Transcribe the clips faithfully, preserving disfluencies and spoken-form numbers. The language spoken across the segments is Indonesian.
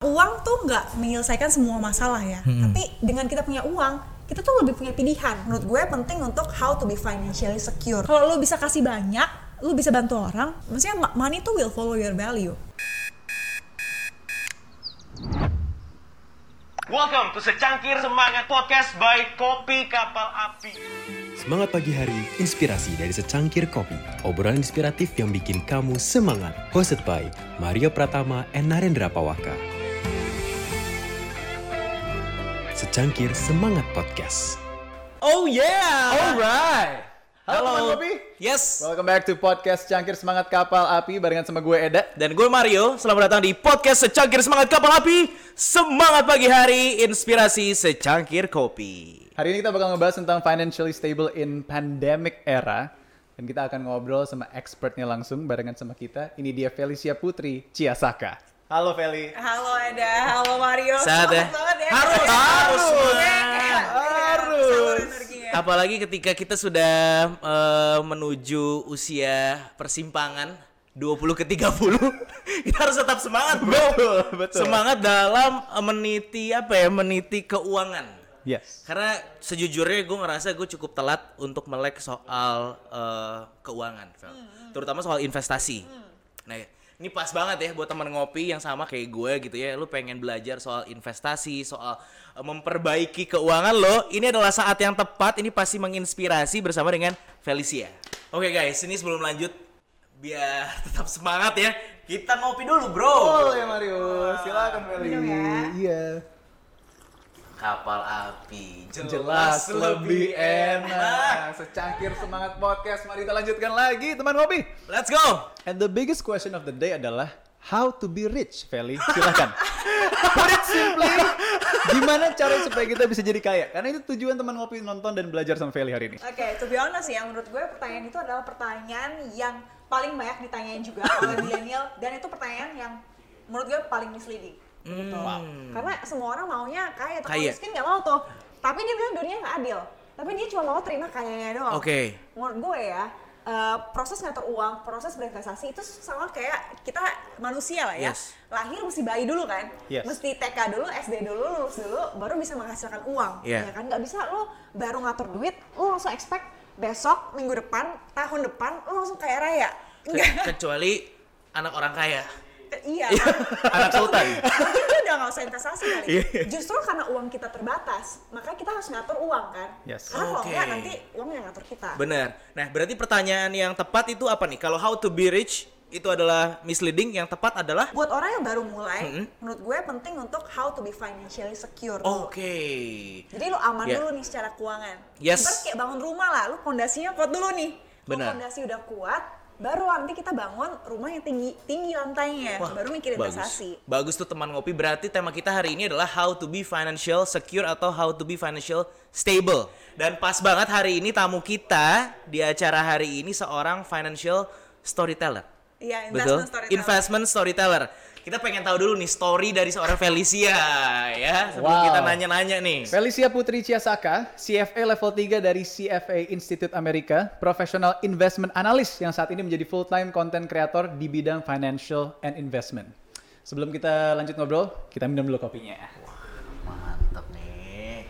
Uang tuh nggak menyelesaikan semua masalah ya, hmm. tapi dengan kita punya uang, kita tuh lebih punya pilihan. Menurut gue penting untuk how to be financially secure. Kalau lo bisa kasih banyak, lo bisa bantu orang, maksudnya money tuh will follow your value. Welcome to Secangkir Semangat Podcast by Kopi Kapal Api. Semangat pagi hari, inspirasi dari secangkir kopi. Obrolan inspiratif yang bikin kamu semangat. Hosted by Mario Pratama and Narendra Pawaka. Secangkir Semangat Podcast. Oh yeah! Alright! Halo, Halo teman kopi. Yes. Welcome back to podcast Secangkir Semangat Kapal Api barengan sama gue Eda dan gue Mario. Selamat datang di podcast Secangkir Semangat Kapal Api. Semangat pagi hari, inspirasi secangkir kopi. Hari ini kita bakal ngebahas tentang financially stable in pandemic era. Dan kita akan ngobrol sama expertnya langsung barengan sama kita. Ini dia Felicia Putri Ciasaka. Halo Feli. Halo Eda, halo Mario. Sehat ya? ya? Harus, harus, harus. Apalagi ketika kita sudah uh, menuju usia persimpangan dua puluh ke tiga puluh, kita harus tetap semangat, bro. Betul, betul. Semangat dalam uh, meniti apa ya? Meniti keuangan. Yes. Karena sejujurnya gue ngerasa gue cukup telat untuk melek soal uh, keuangan, Fel. Hmm. Terutama soal investasi. Hmm. Nah, ini pas banget ya buat teman ngopi yang sama kayak gue gitu ya. Lu pengen belajar soal investasi, soal uh, memperbaiki keuangan lo. Ini adalah saat yang tepat. Ini pasti menginspirasi bersama dengan Felicia. Oke okay guys, ini sebelum lanjut biar tetap semangat ya, kita ngopi dulu, bro. Oh ya Mario, silakan Feli. Ya. Iya. Kapal api jelas, Jelas lebih enak. enak. Secangkir Semangat Podcast. Mari kita lanjutkan lagi teman ngopi. Let's go. And the biggest question of the day adalah how to be rich, Feli. Silakan. Put it simply, gimana cara supaya kita bisa jadi kaya? Karena itu tujuan teman ngopi nonton dan belajar sama Feli hari ini. Oke, okay, to be honest ya, menurut gue pertanyaan itu adalah pertanyaan yang paling banyak ditanyain juga oleh milenial, dan itu pertanyaan yang menurut gue paling misleading. Gitu. Wow. Karena semua orang maunya kaya, atau kaya. miskin nggak mau tuh. Tapi dia bilang dunia nggak adil. Tapi dia cuma mau terima kayanya doang. Oke. Okay. Menurut gue ya, uh, proses ngatur uang, proses berinvestasi itu sama kayak kita manusia lah ya. Yes. Lahir mesti bayi dulu kan, Yes. mesti T K dulu, S D dulu, lulus dulu, baru bisa menghasilkan uang. Yeah. Ya kan, nggak bisa lo baru ngatur duit, lo langsung expect besok, minggu depan, tahun depan lo langsung kaya raya. Ke- kecuali anak orang kaya. Iya. Anak sultan. Mungkin dia udah nggak usah investasi kali. Justru karena uang kita terbatas, maka kita harus ngatur uang kan. Yes. Karena kalau Oke. enggak nanti uang yang ngatur kita. Bener. Nah, berarti pertanyaan yang tepat itu apa nih? Kalau how to be rich itu adalah misleading, yang tepat adalah Buat orang yang baru mulai, Mm-hmm. menurut gue penting untuk how to be financially secure. oke. dulu. Jadi lo aman Yeah. dulu nih secara keuangan. Yes. Terus kayak bangun rumah lah, lo fondasinya kuat dulu nih. Kalau Benar. fondasi udah kuat, baru nanti kita bangun rumah yang tinggi tinggi lantainya. Wah, baru mikirin bagus. investasi. Bagus tuh teman ngopi. Berarti tema kita hari ini adalah how to be financial secure atau how to be financial stable. Dan pas banget hari ini tamu kita di acara hari ini seorang financial storyteller. Iya, Betul? investment storyteller. Investment storyteller. Kita pengen tahu dulu nih story dari seorang Felicia ya. Sebelum Wow. kita nanya-nanya nih. Felicia Putri Ciasaka, C F A level tiga dari C F A Institute Amerika, professional investment analyst yang saat ini menjadi full-time content creator di bidang financial and investment. Sebelum kita lanjut ngobrol, kita minum dulu kopinya. Mantap nih.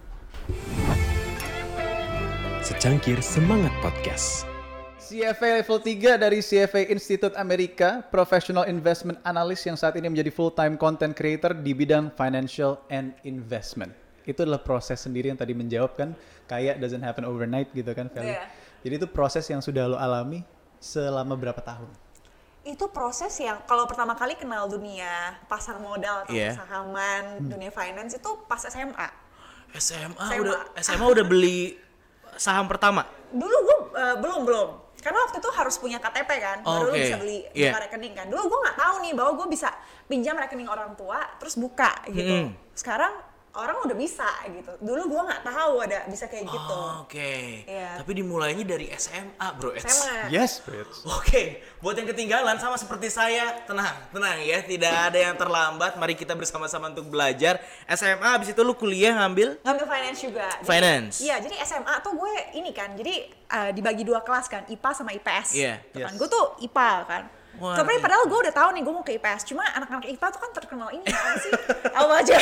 Secangkir Semangat Podcast. C F A level tiga dari C F A Institute Amerika, professional investment analyst yang saat ini menjadi full-time content creator di bidang financial and investment. Itu adalah proses sendiri yang tadi menjawab kan, kaya doesn't happen overnight gitu kan, Feli. Yeah. Jadi itu proses yang sudah lo alami selama berapa tahun? Itu proses yang kalau pertama kali kenal dunia pasar modal atau Yeah. persahaman, dunia finance itu pas S M A. S M A S M A. udah S M A udah beli saham pertama. Dulu gue uh, belum belum karena waktu itu harus punya K T P kan, baru lu Oke. bisa beli Yeah. buka rekening kan. Dulu gue nggak tahu nih bahwa gue bisa pinjam rekening orang tua terus buka gitu. Mm. Sekarang orang udah bisa gitu. Dulu gue nggak tahu ada bisa kayak gitu. Oh, Oke. Iya. Tapi dimulainya dari S M A, bro. S M A. Yes, bitch. Oke, buat yang ketinggalan sama seperti saya, tenang, tenang ya, tidak ada yang terlambat. Mari kita bersama-sama untuk belajar. S M A, habis itu lu kuliah ngambil Ngambil finance juga. Jadi- Finance. Iya, jadi S M A tuh gue ini kan, jadi uh, dibagi dua kelas kan, I P A sama I P S. Iya. Tuh kan. Yes. Gue tuh I P A kan. Wah, Tapi padahal gue udah tahu nih gue mau ke I P S. Cuma anak-anak I P A tuh kan terkenal ini apa sih? Apa aja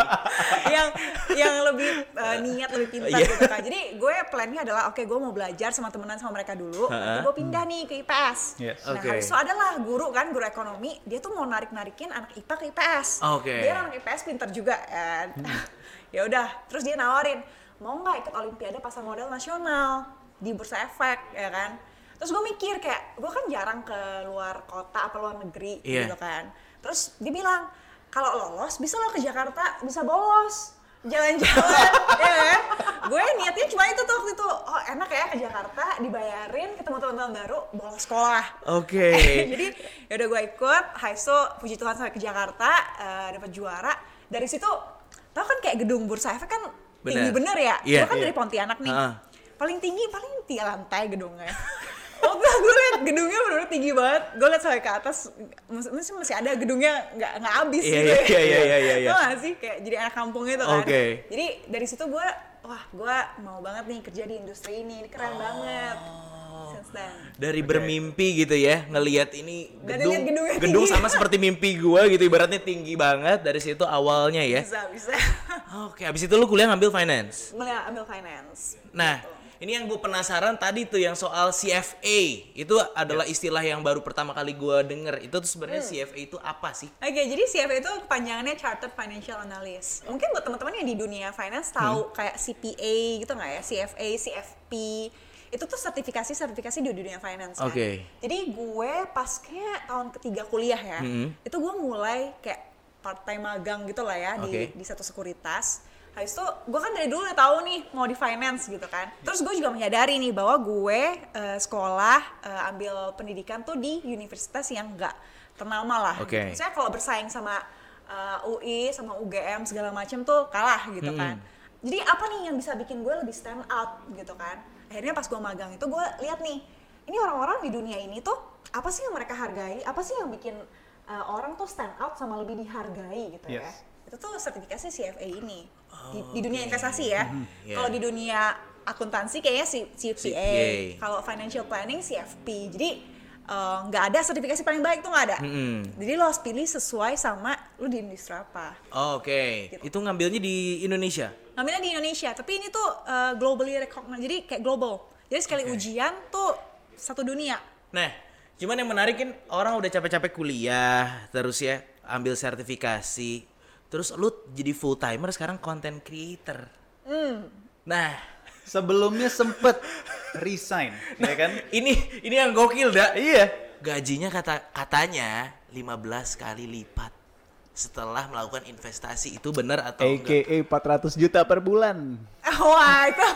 yang yang lebih uh, niat, lebih pintar Yeah. gitu kan. Jadi gue plannya adalah oke okay, gue mau belajar sama temenan sama mereka dulu. Nanti gue pindah nih ke I P S. Yes. Nah Okay. habis itu adalah guru kan, guru ekonomi. Dia tuh mau narik-narikin anak I P A ke I P S. Oke. Dia anak I P S pintar juga kan. Ya udah, terus dia nawarin mau nggak ikut Olimpiade Pasar Modal Nasional di Bursa Efek ya kan. Terus gue mikir kayak, gue kan jarang ke luar kota apa luar negeri Iya. gitu kan. Terus dia bilang, kalau lolos bisa lo ke Jakarta, bisa bolos, jalan-jalan, ya kan. Gue niatnya cuma itu tuh waktu itu, oh enak ya ke Jakarta, dibayarin, ketemu teman-teman baru, bolos sekolah. Oke. Jadi yaudah gue ikut, Haiso puji Tuhan sampai ke Jakarta, uh, dapat juara. Dari situ, tau kan kayak gedung Bursa Efek kan tinggi Bener. bener ya. Iya, Gue kan iya. dari Pontianak nih. Ha. Paling tinggi paling tiga lantai gedungnya. Oh gue liat gedungnya bener-bener tinggi banget. Gue liat sampai ke atas, masih masih ada gedungnya nggak nggak habis Iya, gitu. iya, iya, iya, iya, iya. Tau gak sih kayak jadi anak kampung gitu kan. Oke. Jadi dari situ gue, wah gue mau banget nih kerja di industri ini, ini keren banget. Since then. Dari bermimpi gitu ya, ngelihat ini Dari gedung lihat gedungnya gedung tinggi. sama seperti mimpi gua gitu, ibaratnya tinggi banget. Dari situ awalnya ya. Bisa bisa. Oke, habis itu lu kuliah ngambil finance. Mulai ambil finance. Nah, ini yang gue penasaran tadi tuh yang soal C F A. Itu adalah istilah yang baru pertama kali gue denger. Itu tuh sebenarnya Hmm. C F A itu apa sih? Oke, jadi C F A itu kepanjangannya Chartered Financial Analyst. Mungkin buat teman-teman yang di dunia finance tahu kayak C P A gitu nggak ya? C F A, C F P. Itu tuh sertifikasi-sertifikasi di dunia finance kan. Oke. Jadi gue pas kayak tahun ketiga kuliah ya, Mhm. itu gue mulai kayak part time magang gitu lah ya Oke. di di satu sekuritas. Habis itu gue kan dari dulu udah tahu nih mau di finance gitu kan. Terus gue juga menyadari nih bahwa gue uh, sekolah uh, ambil pendidikan tuh di universitas yang enggak ternama lah. Oke. Gitu. Saya kalau bersaing sama uh, U I sama U G M segala macam tuh kalah gitu kan. Jadi apa nih yang bisa bikin gue lebih stand out gitu kan. Akhirnya pas gue magang itu gue lihat nih, ini orang-orang di dunia ini tuh apa sih yang mereka hargai, apa sih yang bikin uh, orang tuh stand out sama lebih dihargai gitu ya. Yes. Itu tuh sertifikasi C F A ini di, di dunia investasi ya. Yeah. Kalau di dunia akuntansi kayaknya C P A, C P A. kalau financial planning C F P. Jadi uh, nggak ada sertifikasi paling baik tuh nggak ada. Mm-mm. Jadi lo harus pilih sesuai sama lo di industri apa. Oke, Gitu. itu ngambilnya di Indonesia. Ngambilnya di Indonesia, tapi ini tuh uh, globally recognized, jadi kayak global. Jadi sekali Oke. ujian tuh satu dunia. Nah, cuman yang menarik kan orang udah capek-capek kuliah, terus ya ambil sertifikasi, terus lu jadi full timer sekarang content creator. Hmm. Nah, Sebelumnya sempet resign, ya kan? ini ini yang gokil dah. Iya. Gajinya kata katanya lima belas kali lipat setelah melakukan investasi. Itu benar atau A K enggak? A empat ratus juta per bulan. Wah itu.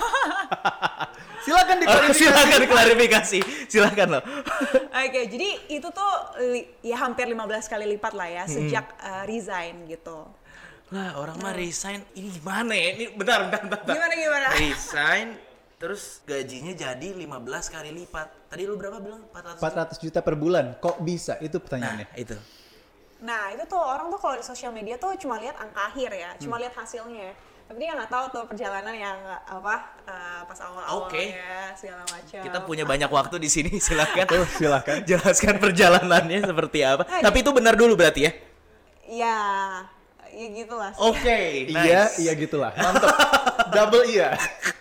Silakan Oh, diklarifikasi. silakan klarifikasi. Silakan loh. Oke, jadi itu tuh li- ya hampir lima belas kali lipat lah ya sejak uh, resign gitu. Lah, orang mah resign ini gimana ya? Ini bentar, bentar, bentar. bentar. Gimana, gimana? Resign terus gajinya jadi lima belas kali lipat. Tadi lu berapa bilang? empat ratus? empat ratus juta per bulan. Kok bisa? Itu Nah, pertanyaannya. itu. Nah itu tuh orang tuh kalau di sosial media tuh cuma lihat angka akhir ya, cuma lihat hasilnya. Tapi dia nggak tahu tuh perjalanan yang apa uh, pas awal-awalnya Oke. segala macam. Kita punya banyak waktu di sini, silakan. Oh, silakan. Jelaskan perjalanannya seperti apa. Tapi itu benar dulu berarti ya? Iya, ya gitulah. Oke, Iya, nice. iya gitulah. Mantap. Double iya.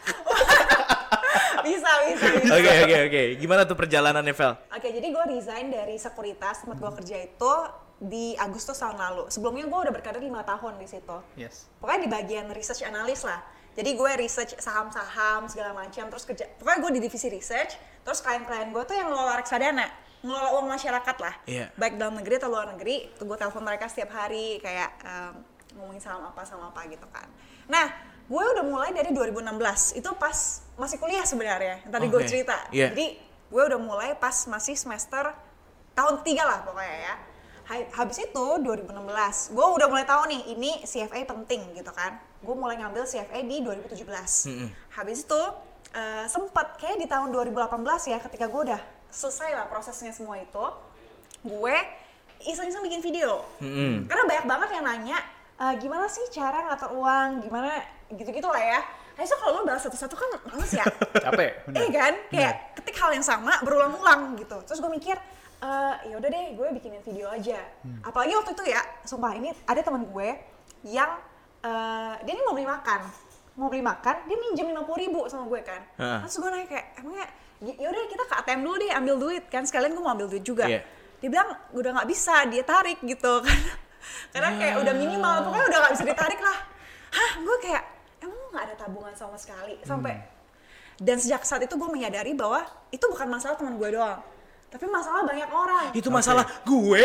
bisa, bisa, bisa. Oke, oke, oke. Gimana tuh perjalanannya, Vel? Oke, jadi gue resign dari sekuritas tempat gue kerja itu di Agustus tahun lalu. Sebelumnya gue udah berkarir lima tahun di situ. Yes. Pokoknya di bagian research analis lah. Jadi gue research saham-saham segala macam, terus kerja. Pokoknya gue di divisi research. Terus klien-klien gue tuh yang ngelola reksadana, ngelola uang masyarakat lah. Iya. Baik dalam negeri atau luar negeri. Tuh gue telepon mereka setiap hari kayak um, ngomongin saham apa sama apa gitu kan. Nah, gue udah mulai dari dua ribu enam belas. Itu pas masih kuliah sebenarnya. Yang tadi gue Oke. cerita. Iya. Jadi gue udah mulai pas masih semester tahun ketiga lah pokoknya ya. Ha- Habis itu dua ribu enam belas, gue udah mulai tahu nih ini C F A penting gitu kan. Gue mulai ngambil C F A di dua ribu tujuh belas. Mm-mm. Habis itu uh, sempat kayak di tahun dua ribu delapan belas ya, ketika gue udah selesai lah prosesnya semua itu, gue iseng-iseng bikin video. Mm-mm. Karena banyak banget yang nanya, "E, gimana sih cara ngatur uang, gimana gitu-gitu lah ya. Nah, so kalau lo bahas satu-satu kan males ya. Capek. bener. Eh kan, kayak ketik hal yang sama berulang-ulang gitu. Terus gue mikir, uh, ya udah deh gue bikinin video aja. Hmm. Apalagi waktu itu ya, sumpah ini ada teman gue yang uh, dia ini mau beli makan, mau beli makan, dia minjem lima puluh ribu sama gue kan. Uh. Terus gue nanya kayak, emangnya ya udah kita ke A T M dulu deh ambil duit kan, sekalian gue mau ambil duit juga. Yeah. Dia bilang udah nggak bisa, dia tarik gitu kan. Karena kayak udah minimal, pokoknya udah nggak bisa ditarik lah. Hah, gue kayak emang nggak ada tabungan sama sekali sampai. Hmm. Dan sejak saat itu gue menyadari bahwa itu bukan masalah teman gue doang, tapi masalah banyak orang. Itu masalah okay. gue.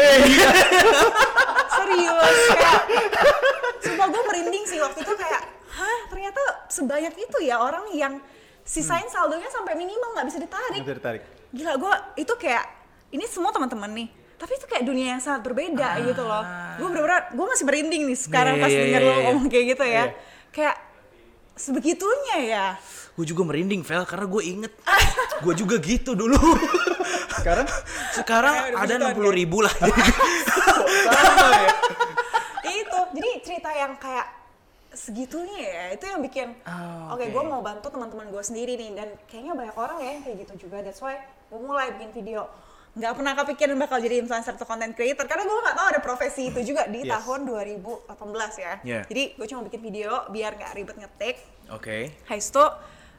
Serius, kayak sumpah gue merinding sih waktu itu kayak, hah ternyata sebanyak itu ya orang yang sisain hmm. saldonya sampai minimal nggak bisa ditarik. Bisa ditarik. Gila, gue itu kayak ini semua teman-teman nih, tapi itu kayak dunia yang sangat berbeda ah. gitu loh. Gue bener-bener, gue masih merinding nih sekarang yeah, pas yeah, denger yeah, lo yeah. ngomong kayak gitu ya. Yeah. Kayak sebegitunya ya. Gue juga merinding, Vel, karena gue inget gue juga gitu dulu. Sekarang? Sekarang eh, ada enam puluh ribu lah. Itu, jadi cerita yang kayak segitunya ya, itu yang bikin oh, oke okay, okay, gue mau bantu teman-teman gue sendiri nih, dan kayaknya banyak orang ya yang kayak gitu juga. That's why gue mulai bikin video. Nggak pernah kepikiran bakal jadi influencer atau content creator, karena gue nggak tahu ada profesi itu juga di yes. tahun dua ribu delapan belas ya. Yeah. Jadi gue cuma bikin video biar nggak ribet ngetik. Oke. Okay. Habis itu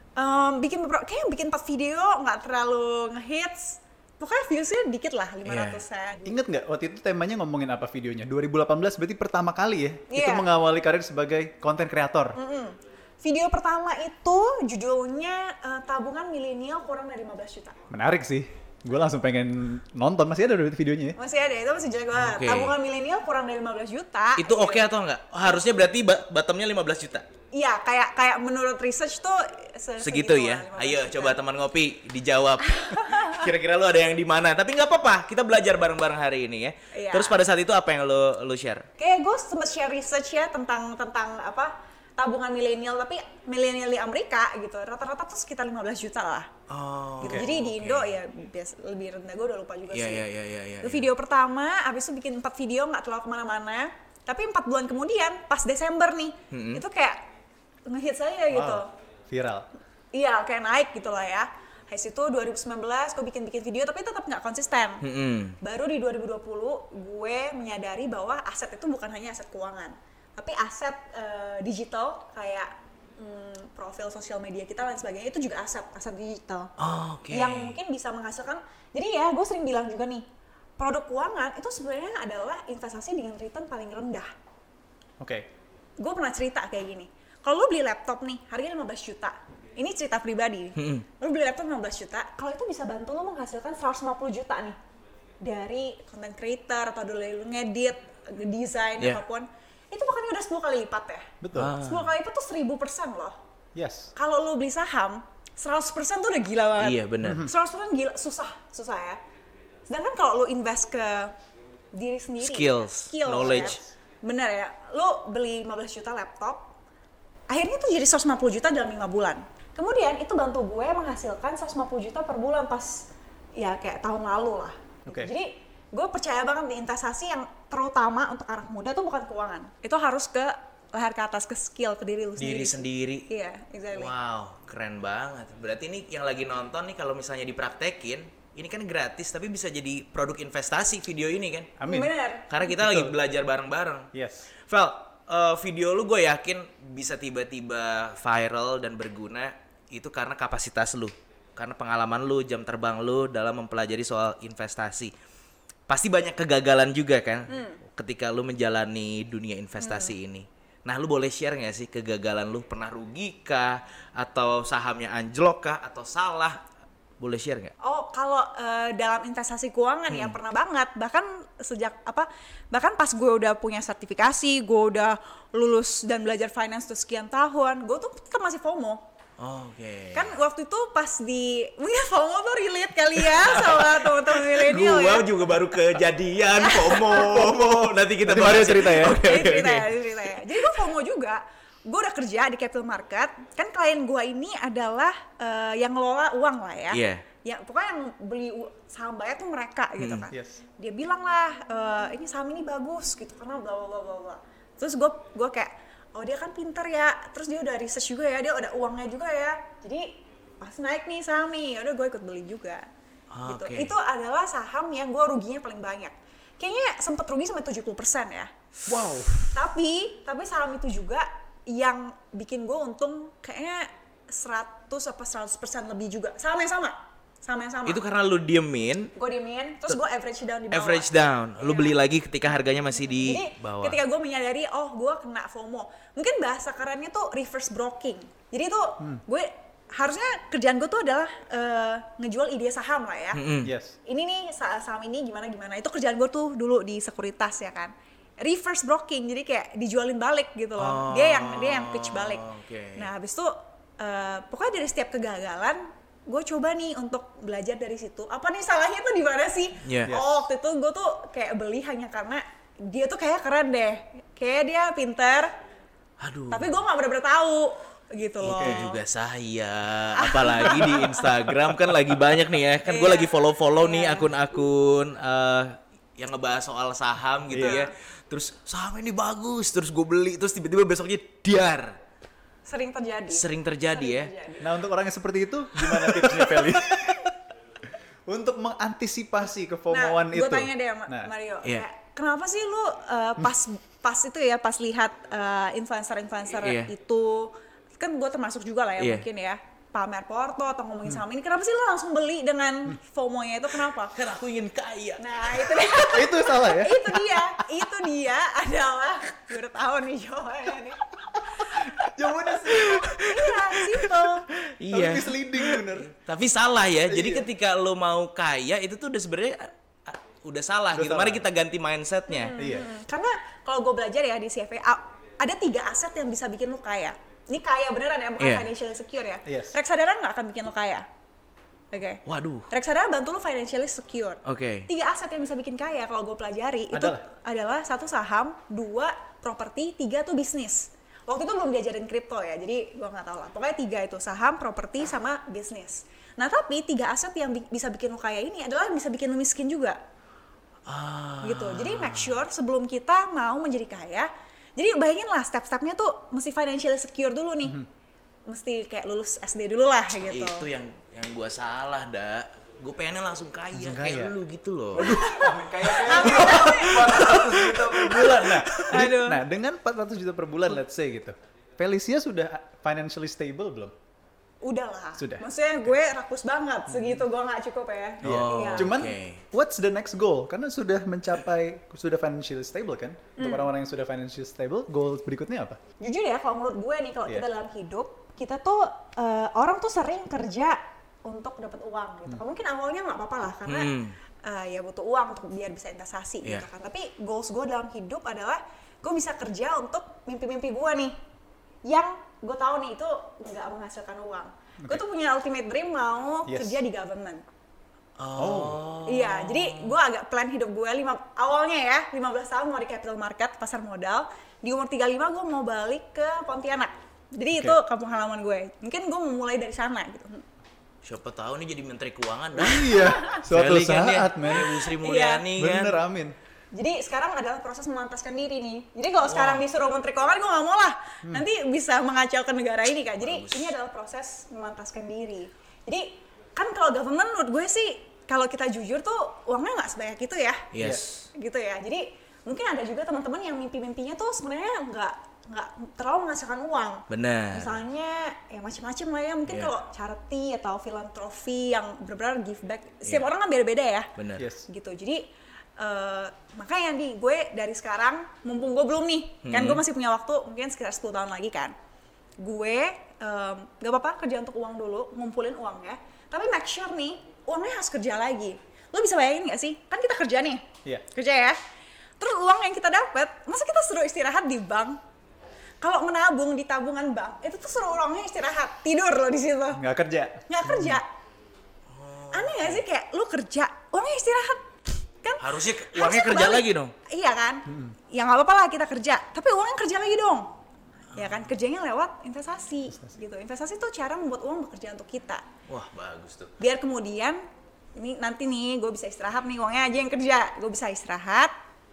Um, bikin beberapa, kayak bikin empat video nggak terlalu ngehits, pokoknya viewsnya dikit lah, lima ratusan. Yeah. Ingat nggak waktu itu temanya ngomongin apa videonya? dua ribu delapan belas berarti pertama kali ya yeah. itu mengawali karir sebagai content creator. Mm-hmm. Video pertama itu judulnya uh, tabungan milenial kurang dari lima belas juta. Menarik sih, gue langsung pengen nonton. Masih ada videonya ya? Masih ada, itu masih jelek banget. Okay. Tabungan milenial kurang dari lima belas juta. Itu oke okay atau enggak? Harusnya berarti bottomnya lima belas juta. Iya, kayak kayak menurut research tuh se- segitu ya. Ayo coba teman ngopi dijawab. Kira-kira lu ada yang di mana? Tapi nggak apa-apa, kita belajar bareng-bareng hari ini ya. Iya. Terus pada saat itu apa yang lu lu share? Kayak gue sempet share research ya tentang tentang apa tabungan milenial, tapi milenial di Amerika gitu. Rata-rata tuh sekitar lima belas juta lah. Oh. Gitu. Okay. Jadi di Indo okay. ya bias, lebih rendah, gue udah lupa juga yeah, sih. Iya iya iya iya. Itu video pertama, abis itu bikin empat video nggak terlalu kemana-mana. Tapi empat bulan kemudian, pas Desember nih, mm-hmm. itu kayak ngehit saya gitu. Wow, viral. Iya, kayak naik gitu lah ya. Habis itu dua ribu sembilan belas gue bikin-bikin video tapi tetap nggak konsisten. Mm-hmm. Baru di dua ribu dua puluh gue menyadari bahwa aset itu bukan hanya aset keuangan, tapi aset uh, digital kayak mm, profil sosial media kita dan sebagainya itu juga aset, aset digital. Oh, oke. Okay. Yang mungkin bisa menghasilkan. Jadi ya, gue sering bilang juga nih, produk keuangan itu sebenarnya adalah investasi dengan return paling rendah. Oke. Okay. Gue pernah cerita kayak gini. Kalau lu beli laptop nih, harganya lima belas juta. Ini cerita pribadi. Hmm. Lu beli laptop lima belas juta, kalau itu bisa bantu lu menghasilkan seratus lima puluh juta nih. Dari content creator atau dari lu ngedit, desain, yeah. apapun. Itu makanya udah sepuluh kali lipat ya. Betul. Ah. sepuluh kali lipat tuh seribu persen loh. Yes. Kalau lu beli saham, seratus persen tuh udah gila banget. Iya benar. seratus persen gila, susah, susah ya. Sedangkan kalau lu invest ke diri sendiri, skills, skills knowledge. Ya, bener ya, lu beli lima belas juta laptop, akhirnya tuh jadi seratus lima puluh juta dalam lima bulan. Kemudian itu bantu gue menghasilkan seratus lima puluh juta per bulan pas ya kayak tahun lalu lah. Okay. Jadi gue percaya banget di investasi yang terutama untuk anak muda tuh bukan keuangan. Itu harus ke leher ke atas, ke skill, ke diri lu sendiri. Diri sendiri. Iya, exactly. Wow, keren banget. Berarti ini yang lagi nonton nih kalau misalnya dipraktekin, ini kan gratis tapi bisa jadi produk investasi video ini kan. Amin. Bener. Karena kita Betul. lagi belajar bareng-bareng. Yes. Vel, uh, video lu gue yakin bisa tiba-tiba viral dan berguna itu karena kapasitas lu. Karena pengalaman lu, jam terbang lu dalam mempelajari soal investasi. Pasti banyak kegagalan juga kan hmm. ketika lu menjalani dunia investasi hmm. ini. Nah, lu boleh share nggak sih kegagalan lu? Pernah rugi kah? Atau sahamnya anjlok kah? Atau salah? Boleh share nggak? Oh, kalau uh, dalam investasi keuangan hmm. ya pernah banget. Bahkan sejak apa? Bahkan pas gue udah punya sertifikasi, gue udah lulus dan belajar finance tuh sekian tahun, gue tuh kan masih FOMO. Oh, oke. Okay. Kan waktu itu pas di, mungkin FOMO tuh relate kali ya sama teman-teman milenial ya. Gua juga baru kejadian FOMO. FOMO. Nanti kita Nanti Mario cerita ya. Oke, oke, cerita ya, cerita ya. Jadi gue FOMO juga. Gue udah kerja di capital market. Kan klien gue ini adalah uh, yang ngelola uang lah ya. Iya. Yeah. Ya, pokoknya yang beli saham banyak tuh mereka gitu kan. Yes. Dia bilang lah, uh, ini saham ini bagus gitu karena bla bla bla bla. Terus gue gue kayak, oh dia kan pinter ya, terus dia udah research juga ya, dia udah uangnya juga ya, jadi pas naik nih saham nih, udah gue ikut beli juga. gitu. Oke. Itu adalah saham yang gue ruginya paling banyak. Kayaknya sempet rugi sampai tujuh puluh persen ya. Wow. Tapi, tapi saham itu juga yang bikin gue untung kayaknya seratus apa seratus persen lebih juga. Saham yang sama. Saham yang sama. Itu karena lu diemin, Gue diemin, terus gue average down di bawah. average down. Lu Iya. beli lagi ketika harganya masih di Jadi bawah. ketika gue menyadari, oh gue kena FOMO. Mungkin bahasa kerennya tuh reverse broking. Jadi tuh Hmm. gue harusnya kerjaan gue tuh adalah eh, ngejual ide saham lah ya. Hmm. Yes. Ini nih sa- saham ini gimana-gimana. Itu kerjaan gue tuh dulu di sekuritas ya kan. Reverse broking, jadi kayak dijualin balik gitu loh. Dia yang dia yang pitch balik. Oke. Nah habis itu eh, pokoknya dari setiap kegagalan gue coba nih untuk belajar dari situ. Apa nih salahnya tuh di mana sih? Yeah. Oh waktu itu gue tuh kayak beli hanya karena dia tuh kayak keren deh. Kayak dia pinter. Aduh. Tapi gue nggak bener-bener tahu gitu loh. Itu juga saya, apalagi di Instagram kan lagi banyak nih ya, kan gue Iya. lagi follow-follow nih Iya. akun-akun eh, yang ngebahas soal saham gitu Iya. ya. Terus saham ini bagus, terus gue beli, terus tiba-tiba besoknya dar. Sering terjadi. Sering terjadi ya. terjadi. Nah, untuk orang yang seperti itu, gimana tipsnya, Feli? Untuk mengantisipasi kefomoan Nah, itu. gue tanya deh Ma- Nah, Mario, iya. kayak, kenapa sih lu uh, pas pas itu ya pas lihat uh, influencer-influencer Iya. itu, kan gue termasuk juga lah ya Iya. mungkin ya, pamer Porto atau ngomongin saham ini, kenapa sih lu langsung beli dengan FOMO-nya itu, kenapa? Kan aku ingin kaya. Nah itu dia, itu salah ya? itu dia, itu dia adalah, gue udah tahu nih jawabannya nih. Jawabannya sih. Iya, simple. Iya. Tapi misleading bener. Tapi salah ya. Jadi Iya. ketika lo mau kaya itu tuh udah sebenarnya ah, udah salah Udah gitu. salah. Mari kita ganti mindsetnya. Iya. Hmm, Karena kalau gue belajar ya di C F A, a- ada tiga aset yang bisa bikin lo kaya. Ini kaya beneran ya, bukan Iya. financially secure ya. Yes. Reksadana nggak akan bikin lo kaya. Oke. Waduh. Reksadana bantu lo financially secure. Oke. Tiga aset yang bisa bikin kaya kalau gue pelajari itu Adalah? adalah satu saham, dua properti, tiga tuh bisnis. Waktu itu belum diajarin kripto ya, jadi gue nggak tahu lah. Pokoknya tiga itu, saham, properti, sama bisnis. Nah tapi tiga aset yang bi- bisa bikin lo kaya ini adalah yang bisa bikin lo miskin juga. Ah. Gitu. Jadi make sure sebelum kita mau menjadi kaya, jadi bayangin lah step-stepnya tuh mesti financially secure dulu nih. Mesti kayak lulus S D dulu lah gitu. Itu yang yang gua salah, Da. Gue pengennya langsung kaya, Langsung kayak kaya. lu gitu loh. empat ratus juta per bulan. Nah, di- Aduh. nah, dengan empat ratus juta per bulan, let's say gitu. Felicia sudah financially stable belum? Udah lah. Sudah. Maksudnya gue rakus banget segitu, gue nggak cukup ya. Oh. Iya. Cuman, Oke. what's the next goal? Karena sudah mencapai, sudah financially stable kan? Hmm. Untuk orang-orang yang sudah financially stable, goal berikutnya apa? Jujur ya, kalau menurut gue nih, kalau Iya. kita dalam hidup, kita tuh eh, orang tuh sering kerja untuk dapat uang gitu. Hmm. Mungkin awalnya nggak apa-apa lah, karena Hmm. eh, ya butuh uang untuk biar bisa investasi Iya. gitu kan. Tapi goals gue dalam hidup adalah gue bisa kerja untuk mimpi-mimpi gue nih, yang gue tahu nih itu nggak menghasilkan uang. Gue tuh punya ultimate dream mau Yes. kerja di government. Oh. Iya, jadi gue agak plan hidup gue lima, awalnya ya, lima belas tahun mau di capital market, pasar modal. Di umur tiga puluh lima gue mau balik ke Pontianak. Jadi Oke. itu kampung halaman gue. Mungkin gue mau mulai dari sana gitu. Siapa tahu nih jadi menteri keuangan, Da. Iya, suatu Feli kan ya, saat, men. Ibu Sri Mulyani kan. Bener, amin. Jadi sekarang adalah proses memantaskan diri nih. Jadi kalau sekarang disuruh menteri keuangan gue nggak mau lah. Nanti bisa mengacaukan negara ini kan. Jadi Bagus. ini adalah proses memantaskan diri. Jadi kan kalau government menurut gue sih, kalau kita jujur tuh uangnya nggak sebanyak itu ya. Yes. Gitu ya. Jadi mungkin ada juga teman-teman yang mimpi-mimpinya tuh sebenarnya nggak nggak terlalu menghasilkan uang. Benar. Misalnya ya macam-macam lah ya, mungkin Iya. kalau charity atau filantropi yang benar-benar give back. Setiap Iya. orang kan beda-beda ya. Benar. Yes. Gitu. Jadi eh, makanya nih gue dari sekarang, mumpung gue belum nih, kan Hmm. gue masih punya waktu mungkin sekitar sepuluh tahun lagi kan. Gue em, gak apa-apa kerja untuk uang dulu, ngumpulin uang ya. Tapi make sure nih, uangnya harus kerja lagi. Lo bisa bayangin gak sih? Kan kita kerja nih. Iya. Kerja ya. Terus uang yang kita dapat, masa kita suruh istirahat di bank? Kalau menabung di tabungan bank, itu tuh suruh uangnya istirahat, tidur loh di situ. Nggak kerja. Nggak kerja. Aneh gak sih, kayak lu kerja, uangnya istirahat. Kan Harusnya ke- harusnya uangnya kerja kebalik. lagi dong. Iya kan? Ya nggak apa-apa lah kita kerja, tapi uangnya kerja lagi dong. Ya kan, kerjanya lewat investasi, gitu. Investasi tuh cara membuat uang bekerja untuk kita. Wah, bagus tuh. Biar kemudian ini nanti nih gue bisa istirahat nih, uangnya aja yang kerja. Gue bisa istirahat,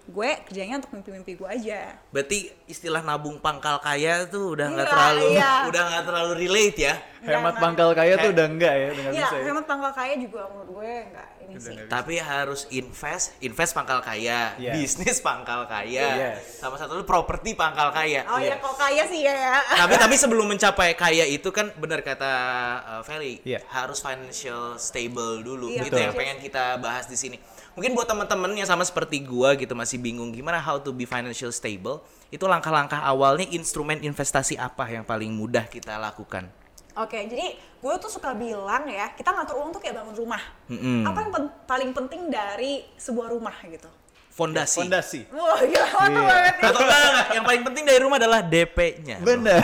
gue kerjanya untuk mimpi-mimpi gue aja. Berarti istilah nabung pangkal kaya tuh udah nggak Iya, terlalu iya. udah nggak terlalu relate ya. Hemat Nggak, pangkal kaya tuh He- udah enggak ya dengan Iya, bisa ya. hemat pangkal kaya juga menurut gue enggak ini Udah sih. nggak Tapi harus invest, invest pangkal kaya, Yes. bisnis pangkal kaya, Yes. sama satu lagi properti pangkal kaya. Oh iya, kalau kaya sih ya ya. tapi tapi sebelum mencapai kaya itu kan benar kata uh, Feli, Iya. harus financial stable dulu. Iya, itu betul. yang pengen kita bahas di sini. Mungkin buat teman-teman yang sama seperti gua gitu masih bingung gimana how to be financial stable, itu langkah-langkah awalnya instrumen investasi apa yang paling mudah kita lakukan? Oke, jadi gue tuh suka bilang ya, kita ngatur uang tuh kayak bangun rumah. Mm-mm. Apa yang pen- paling penting dari sebuah rumah gitu? Fondasi. Fondasi. Wah, gila mantap Iya. banget ya. Atau enggak, enggak, yang paling penting dari rumah adalah D P-nya. Benar.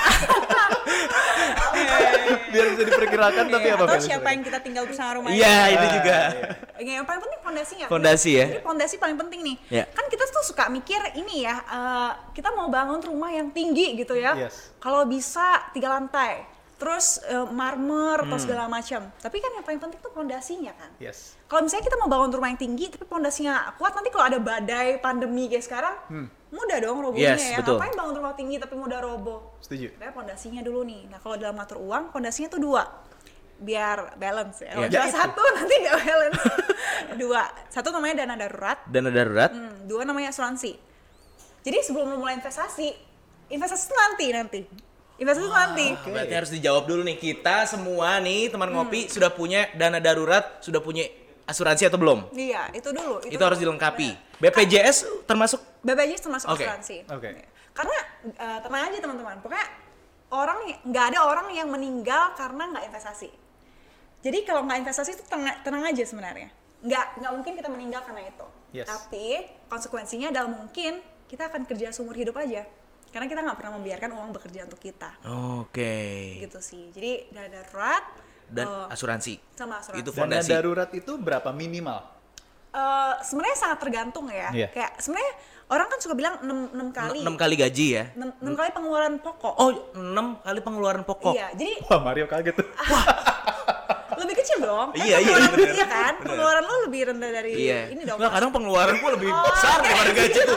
Biar bisa diperkirakan tapi Iya, apa atau Fel? siapa yang kita tinggal bersama rumahnya. Iya, itu juga. Iya, yang paling penting fondasinya. Fondasi ya. Jadi fondasi paling penting nih. Ya. Kan kita tuh suka mikir ini ya, eh, kita mau bangun rumah yang tinggi gitu ya. Yes. Kalau bisa tiga lantai, terus eh, marmer Hmm. atau segala macam. Tapi kan yang paling penting tuh fondasinya kan. Yes. Kalau misalnya kita mau bangun rumah yang tinggi tapi pondasinya nggak kuat, nanti kalau ada badai, pandemi kayak sekarang, mudah dong robohnya Yes, ya. betul. Ngapain bangun rumah tinggi tapi mudah roboh? Setuju. Kayak pondasinya dulu nih. Nah kalau dalam atur uang, pondasinya tuh dua, biar balance ya. Kalau Iya. cuma satu nanti nggak balance. Dua, satu namanya dana darurat, Dana darurat. hmm, dua namanya asuransi. Jadi sebelum lo mulai investasi, investasi itu nanti nanti. Investasi itu nanti. Berarti harus dijawab dulu nih, kita semua nih teman Hmm. ngopi sudah punya dana darurat, sudah punya asuransi atau belum? Iya, itu dulu. Itu, harus dulu. dilengkapi. Benar. B P J S termasuk? B P J S termasuk Oke. asuransi. Oke. Karena eh, tenang aja teman-teman, pokoknya orang nggak ada orang yang meninggal karena nggak investasi. Jadi kalau nggak investasi itu tenang, tenang aja sebenarnya. Nggak nggak mungkin kita meninggal karena itu. Yes. Tapi konsekuensinya adalah mungkin kita akan kerja seumur hidup aja. Karena kita nggak pernah membiarkan uang bekerja untuk kita. Oke. Gitu sih. Jadi dana darurat Dan eh, asuransi. sama asuransi. Itu Dana fondasi. darurat itu berapa minimal? Eh, sebenarnya sangat tergantung ya. Iya. Kayak sebenarnya orang kan suka bilang enam kali. enam kali gaji ya? enam kali pengeluaran pokok. Oh, enam kali pengeluaran pokok. Iya, jadi Wah, Mario kaget tuh. lebih kecil dong. Kan Iya, iya, pengeluaran- bener. Iya kan? Bener. Pengeluaran lo lebih rendah dari Iya. ini dong. Nggak, kadang pengeluaran gua lebih Oh, besar oke. daripada gaji tuh.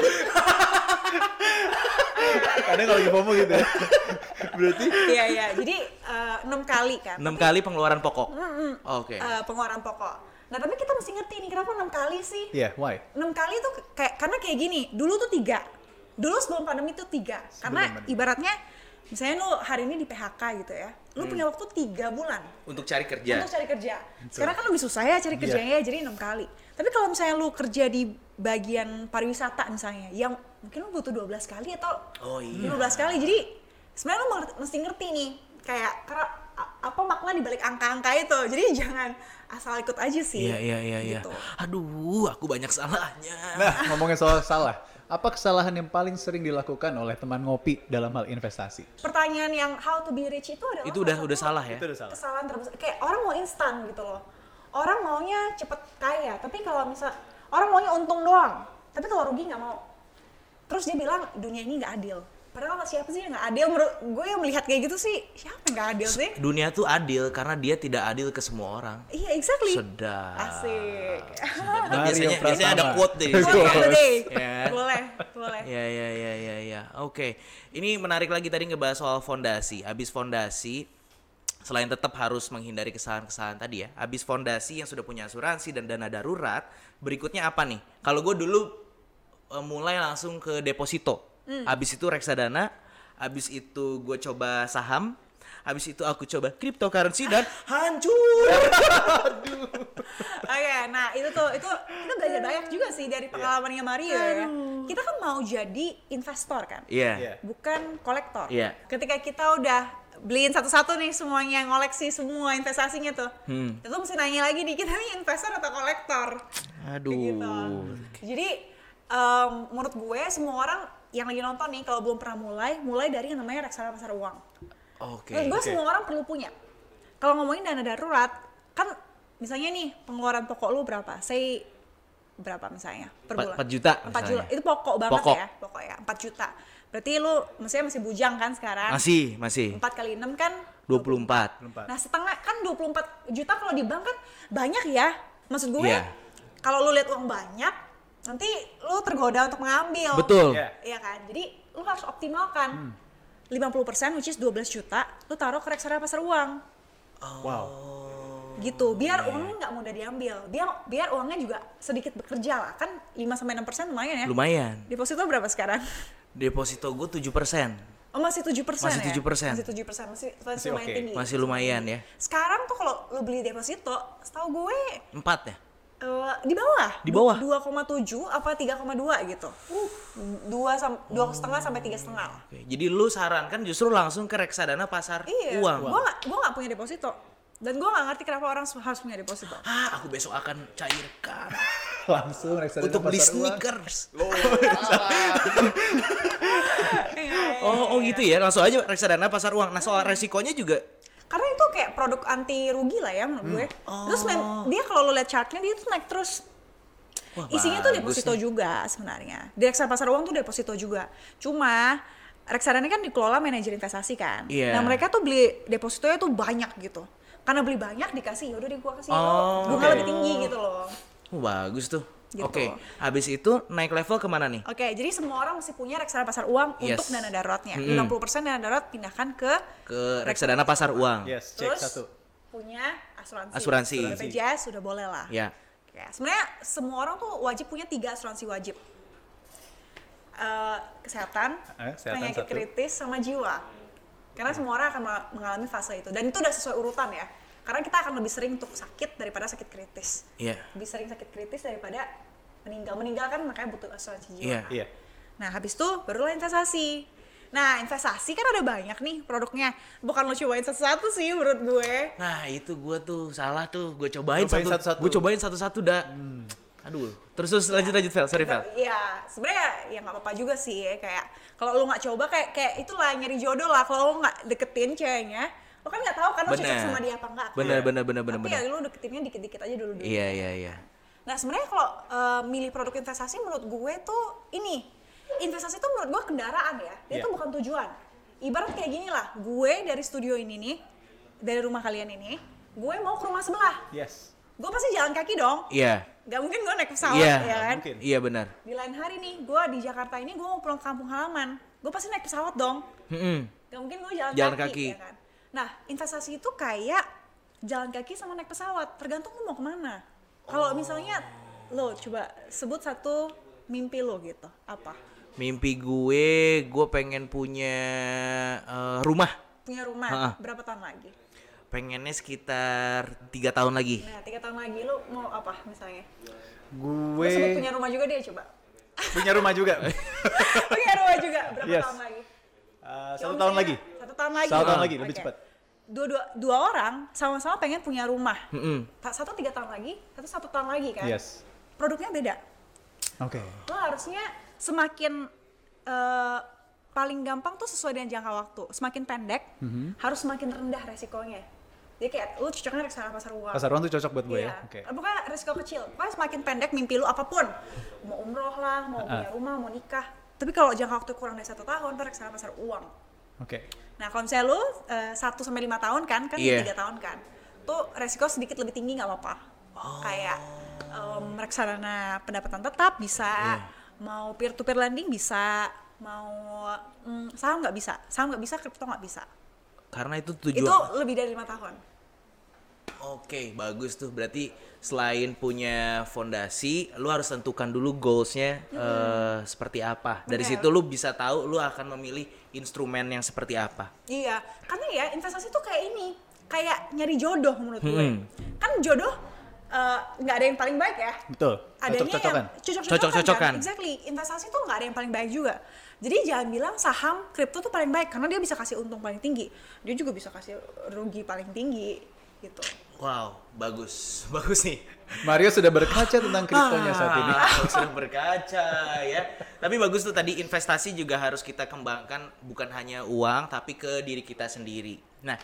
Kadang kalau lagi FOMO gitu ya. Berarti Iya, iya. Jadi eh, enam kali kan. enam kali pengeluaran pokok. Oke. Eh, pengeluaran pokok. Nah, tapi kita mesti ngerti nih kenapa enam kali sih? ya, yeah, why? enam kali tuh kayak karena kayak gini. Dulu tuh tiga. Dulu sebelum pandemi tuh tiga. Karena pandemi. ibaratnya misalnya lu hari ini di P H K gitu ya. Lu punya waktu tiga bulan. Untuk cari kerja. Untuk cari kerja. Sekarang kan lebih susah ya cari kerjanya ya, jadi enam kali. Tapi kalau misalnya lu kerja di bagian pariwisata misalnya, yang mungkin lu butuh dua belas kali atau Oh, iya. lima belas kali. Jadi sebenarnya lu mengerti- mesti ngerti nih, kayak karena a- apa makna di balik angka-angka itu. Jadi jangan asal ikut aja sih. Iya, iya, iya, iya. Gitu. Aduh, aku banyak salahnya. Nah, ngomongin soal salah. Apa kesalahan yang paling sering dilakukan oleh teman ngopi dalam hal investasi? Pertanyaan yang how to be rich itu adalah Itu udah salah udah satu salah ya. Itu udah salah. kesalahan terbesar. Kayak orang mau instan gitu loh. Orang maunya cepet kaya, tapi kalau misal orang maunya untung doang, tapi kalau rugi nggak mau. Terus dia bilang dunia ini nggak adil. Padahal siapa sih yang nggak adil? Menurut gue yang melihat kayak gitu sih, siapa yang nggak adil sih? Dunia tuh adil karena dia tidak adil ke semua orang. Iya, exactly. Sedap. Asik. Nah, Mario biasanya biasanya ada Pratama. quote dari Quote sini. of the day. Ya. Boleh, boleh. Ya, ya, ya, ya, ya. Oke. Ini menarik lagi tadi ngebahas soal fondasi. Habis fondasi, selain tetap harus menghindari kesalahan-kesalahan tadi ya. Habis fondasi yang sudah punya asuransi dan dana darurat, berikutnya apa nih? Kalau gue dulu eh, mulai langsung ke deposito. Habis itu reksadana, habis itu gue coba saham, habis itu aku coba cryptocurrency dan hancur. Oke, nah itu tuh itu kita belajar banyak juga sih dari pengalamannya Mario ya. Kita kan mau jadi investor kan, Iya. Iya. bukan kolektor. Iya. Ketika kita udah beliin satu-satu nih semuanya, ngoleksi semua investasinya tuh, Hmm. itu mesti nanya lagi nih, kita nih investor atau kolektor? Aduh. Gitu. Jadi em, menurut gue semua orang yang lagi nonton nih kalau belum pernah mulai, mulai dari yang namanya reksadana pasar uang. Oke. Menurut gue oke. semua orang perlu punya. Kalau ngomongin dana darurat, kan misalnya nih pengeluaran pokok lu berapa? Say berapa misalnya per Empat- bulan? empat juta empat juta. misalnya. Itu pokok banget Pokok. ya, pokok ya, empat juta. Berarti lu maksudnya masih bujang kan sekarang? Masih, masih. empat kali enam kan dua puluh empat. Nah, setengah kan dua puluh empat juta kalau di bank kan banyak ya. Maksud gue, Iya. kalau lu lihat uang banyak, nanti lu tergoda untuk mengambil. Betul. Yeah. Iya kan? Jadi lu harus optimalkan. Hmm. lima puluh persen which is dua belas juta, lu taruh ke reksadana pasar uang. Wow. Gitu, biar uangnya nggak mudah diambil. Biar biar uangnya juga sedikit bekerja lah. Kan lima sampai enam persen lumayan ya. Lumayan. Deposito berapa sekarang? Deposito gue tujuh persen. Oh masih tujuh persen Masih ya? tujuh persen. Masih tujuh persen, masih, masih, Masih lumayan oke. tinggi. Masih lumayan ya. Sekarang tuh kalau lu beli deposito, setahu gue Empat ya? uh, di bawah. Di bawah? dua koma tujuh apa tiga koma dua gitu. Uh, dua sam- dua setengah sampai tiga setengah. Oke, jadi lu sarankan justru langsung ke reksadana pasar Iya. uang. Gua nggak gua nggak punya deposito. Dan gua nggak ngerti kenapa orang harus punya deposito. Ah, aku besok akan cairkan Langsung reksadana untuk beli pasar uang. sneakers. Oh, oh gitu ya. Langsung aja reksadana pasar uang. Nah, soal resikonya juga Karena itu kayak produk anti rugi lah ya menurut gue. Terus mem- dia kalau lo lihat chartnya dia tuh naik terus. wah, Isinya tuh bagus deposito nih. juga sebenarnya. Di reksadana pasar uang tuh deposito juga. Cuma reksadana kan dikelola manajer investasi kan. Iya. Nah mereka tuh beli depositonya tuh banyak gitu. Karena beli banyak dikasih, yaudah deh gua kasih Oh, lo bunga oke. lebih tinggi gitu loh. Oh, bagus tuh. Gitu. Oke, habis itu naik level kemana nih? Oke, jadi semua orang mesti punya reksadana pasar uang Yes. untuk dana daruratnya. Mm-mm. lima puluh persen dana darurat pindahkan ke Ke reksadana pasar uang. Yes, cek terus satu. punya asuransi. Asuransi. B P J S sudah boleh lah. Ya. Ya, sebenarnya semua orang tuh wajib punya tiga asuransi wajib. Eh, kesehatan, Eh, kesehatan penyakit satu. kritis, sama jiwa. Karena semua orang akan ma- mengalami fase itu. Dan itu udah sesuai urutan ya. Karena kita akan lebih sering untuk sakit daripada sakit kritis. Iya. Lebih sering sakit kritis daripada meninggal. Meninggal kan makanya butuh asuransi jiwa. Iya. Iya. Nah, habis itu barulah investasi. Nah, investasi kan ada banyak nih produknya. Bukan lo cobain satu-satu sih menurut gue. Nah, itu gua tuh salah tuh. Gue cobain, Cobain satu. satu-satu. Gue cobain satu-satu dah. Aduh. Terus terus lanjut lanjut Vel. Sorry Vel. Iya, sebenarnya ya nggak apa-apa juga sih ya. Kayak kalau lo nggak coba kayak kayak itulah nyari jodoh lah. Kalau lo nggak deketin ceweknya, lo kan nggak tahu kan lo cocok Bener. sama dia apa enggak. Kan? Bener bener bener bener Tapi bener. ya lo deketinnya dikit-dikit aja dulu dulu. Iya iya iya. Nah sebenarnya kalau eh, milih produk investasi menurut gue tuh ini investasi tuh menurut gue kendaraan ya. Dia Iya. tuh bukan tujuan. Ibarat kayak gini lah. Gue dari studio ini nih, dari rumah kalian ini, gue mau ke rumah sebelah. Yes. Gue pasti jalan kaki dong. Iya. Gak mungkin gue naik pesawat Iya. ya kan. Mungkin. Iya benar. Di lain hari nih, gue di Jakarta ini gue mau pulang ke kampung halaman. Gue pasti naik pesawat dong. Mm-mm. Gak mungkin gue jalan, Jalan kaki, kaki. ya kan. Nah, investasi itu kayak jalan kaki sama naik pesawat. Tergantung lu mau kemana. Kalau misalnya lo coba sebut satu mimpi lo gitu, apa? Mimpi gue, gue pengen punya eh, rumah. Punya rumah Ha-ha. berapa tahun lagi? Pengennya sekitar tiga tahun lagi. Nah, tiga tahun lagi lo mau apa misalnya? Lo Gue sebut punya rumah juga deh coba. punya rumah juga. Punya rumah juga berapa Yes. tahun lagi? Uh, Coba satu tahun misalnya lagi. Satu tahun lagi. Satu tahun Ah. lagi, lebih Oke. cepat. Dua, dua, dua orang sama-sama pengen punya rumah. Mm-mm. Ta- Satu tiga tahun lagi, satu satu tahun lagi kan. Yes. Produknya beda. Oke. Lo harusnya semakin eh, paling gampang tuh sesuai dengan jangka waktu. Semakin pendek, harus semakin rendah resikonya. Jadi kayak lu cocoknya reksadana pasar uang. Pasar uang tuh cocok buat gue Iya. ya. Oke. Pokoknya resiko kecil. Pokoknya semakin pendek mimpi lu apapun. Mau umroh lah, mau Ah. punya rumah, mau nikah. Tapi kalau jangka waktu kurang dari satu tahun, tuh reksadana pasar uang. Oke. Nah kalau misalnya lu satu sampai lima tahun kan, kan Iya. tiga tahun kan. Tuh resiko sedikit lebih tinggi nggak apa-apa. Oh. Kayak em, reksadana pendapatan tetap bisa, Iya. mau peer to peer lending bisa, mau mm, saham nggak bisa, saham nggak bisa, kripto nggak bisa. Karena itu tujuan. Itu lebih dari lima tahun. Oke, bagus tuh. Berarti selain punya fondasi, lu harus tentukan dulu goalsnya eh, seperti apa. Dari Bener. situ lu bisa tahu lu akan memilih instrumen yang seperti apa. Iya, karena ya investasi tuh kayak ini, kayak nyari jodoh menurut gue. Hmm. Kan jodoh eh, nggak ada yang paling baik ya. Betul. Adanya Cocok-cocokan. yang cocok-cocokan. Cocok-cocokan. Kan? Exactly. Investasi tuh nggak ada yang paling baik juga. Jadi jangan bilang saham, kripto tuh paling baik karena dia bisa kasih untung paling tinggi. Dia juga bisa kasih rugi paling tinggi gitu. Wow, bagus. Bagus nih. Mario sudah berkaca tentang kriptonya saat ini. Ah, sudah berkaca ya. Tapi bagus tuh tadi investasi juga harus kita kembangkan bukan hanya uang tapi ke diri kita sendiri. Nah,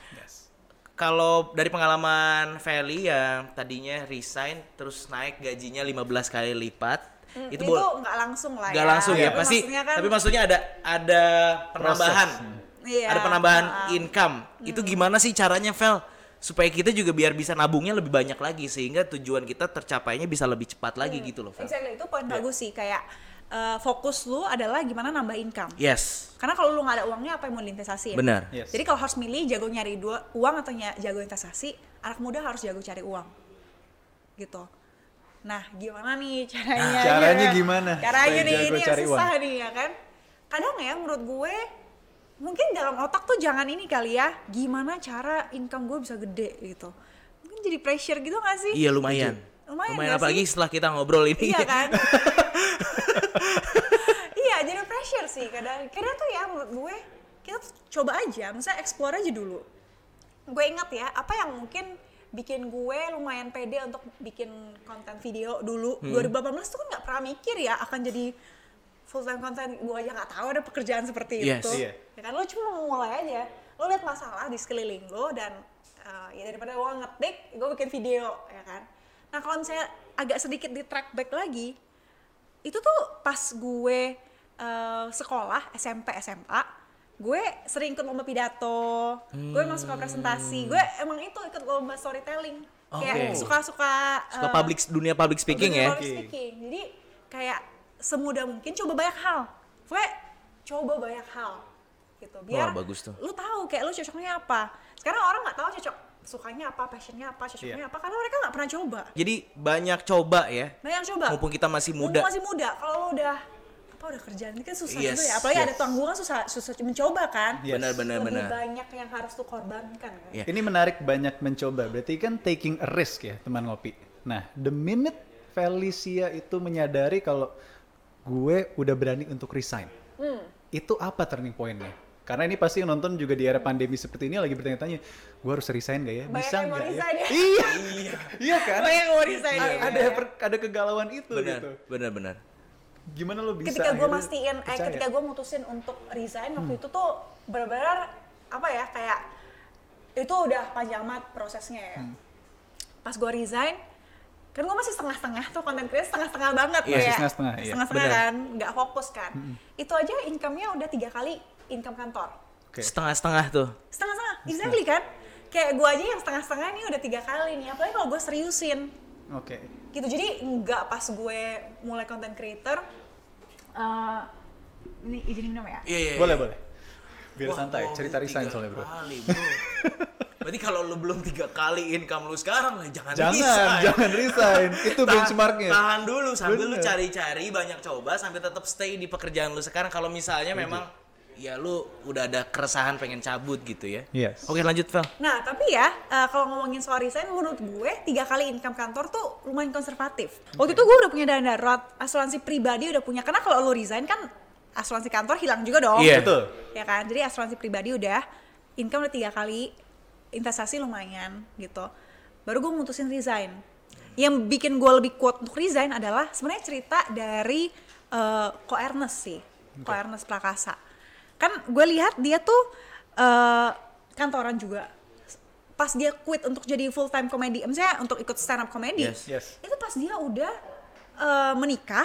kalau dari pengalaman Feli yang tadinya resign terus naik gajinya lima belas kali lipat, Hmm, itu itu bol- nggak langsung lah nggak ya. langsung ya, Tapi pasti. maksudnya kan, Tapi maksudnya ada ada penambahan. Proses. Iya, ada penambahan ah. income. Itu gimana sih caranya, Vel? supaya kita juga biar bisa nabungnya lebih banyak lagi sehingga tujuan kita tercapainya bisa lebih cepat lagi Hmm, gitu loh. Fel. Exactly, itu poin bagus sih, kayak uh, fokus lu adalah gimana nambah income. Yes. Karena kalau lu nggak ada uangnya apa yang mau diinvestasi ya? Benar. Yes. Jadi kalau harus milih jago nyari dua uang atau ny- jago investasi, anak muda harus jago cari uang. Gitu. Nah, gimana nih caranya? Caranya gimana Caranya supaya nih, jago ini yang cari susah uang? nih ya kan. Kadang ya menurut gue, mungkin dalam otak tuh jangan ini kali ya, gimana cara income gue bisa gede gitu. Mungkin jadi pressure gitu gak sih? Iya lumayan. Lumayan Lumayan nggak apalagi sih? setelah kita ngobrol ini. Iya kan? Iya, jadi pressure sih. Kadang, kadang tuh ya menurut gue, kita tuh coba aja, misalnya explore aja dulu. Gue ingat ya, apa yang mungkin bikin gue lumayan pede untuk bikin konten video dulu. Hmm. dua ribu delapan belas tuh kan gak pernah mikir ya akan jadi full time content. Gue aja gak tahu ada pekerjaan seperti Yes. itu. Iya. Ya kan, lo cuma mulai aja. Lo lihat masalah di sekeliling lo dan uh, ya daripada lo ngetik, gue bikin video, ya kan. Nah kalau misalnya agak sedikit di track back lagi, itu tuh pas gue uh, sekolah S M P S M A, gue sering ikut lomba pidato, Hmm. gue emang suka presentasi, gue emang itu ikut lomba storytelling, kayak Oke. suka-suka Suka uh, public dunia public speaking dunia ya. public speaking. Jadi kayak semudah mungkin coba banyak hal, pokoknya coba banyak hal, gitu. Biar Wah, bagus tuh. lu tahu kayak lu cocoknya apa. Sekarang orang nggak tahu cocok sukanya apa, passionnya apa, cocoknya Iya. apa, karena mereka nggak pernah coba. Jadi banyak coba ya. Banyak coba. Mumpung kita masih Mumpung muda. masih muda. Kalau lu udah apa udah kerjaan ini kan susah Yes, juga ya. Apalagi yes. ada tanggungan susah susah mencoba kan. Yes. Benar benar Lebih benar. banyak yang harus lu korbankan kan. Iya. Ini menarik, banyak mencoba. Berarti kan taking a risk ya, teman ngopi. Nah, the minute Felicia itu menyadari kalau gue udah berani untuk resign, Hmm. itu apa turning point-nya? Karena ini pasti yang nonton juga di era pandemi seperti ini lagi bertanya-tanya, gue harus resign gak ya? Banyak Bisa yang mau nggak ya? resign ya. Iya, iya kan? Banyak yang mau resign A- ya. Ada per- ada kegalauan itu Benar gitu. benar benar. Gimana lo bisa? Ketika gue akhirnya mastiin, eh percaya? ketika gue mutusin untuk resign waktu itu tuh benar-benar apa ya kayak itu udah panjang banget prosesnya ya. Pas gue resign, kan gue masih setengah-setengah tuh konten creator setengah-setengah banget Iya, kayak masih setengah-setengah, iya. setengah-setengah Benar. kan, nggak fokus kan. Itu aja income-nya udah tiga kali income kantor. Oke. Setengah-setengah tuh. Setengah-setengah, exactly kan? Kayak gue aja yang setengah-setengah ini udah tiga kali nih, apalagi kalau gue seriusin. Oke. Gitu, jadi nggak pas gue mulai content creator, uh, ini izin minum ya? Iya iya. Boleh, boleh. Biar Wah, santai, oh, cerita lu resign tiga soalnya bro. Kali, bro. Berarti kalau lu belum tiga kali income lu sekarang, lah jangan Jangan, resign. jangan resign. Itu Tahan- benchmarknya. Tahan dulu sambil lu Bener. cari-cari banyak coba sampai tetap stay di pekerjaan lu sekarang. Kalau misalnya memang ya lu udah ada keresahan pengen cabut gitu ya. Yes. Oke lanjut Vel. Nah, tapi ya uh, kalau ngomongin soal resign, menurut gue tiga kali income kantor tuh lumayan konservatif. Waktu itu gue udah punya dana darurat, asuransi pribadi udah punya. Karena kalau lo resign kan asuransi kantor hilang juga dong. Iya. Betul. Ya kan, jadi asuransi pribadi udah, income udah tiga kali, investasi lumayan gitu. Baru gue mutusin resign. Yang bikin gue lebih kuat untuk resign adalah sebenarnya cerita dari uh, Ko Ernest sih, Ko Ernest Prakasa. Kan gue lihat dia tuh uh, kantoran juga. Pas dia quit untuk jadi full time comedy, misalnya untuk ikut stand up comedy, Yes. Yes. itu pas dia udah uh, menikah,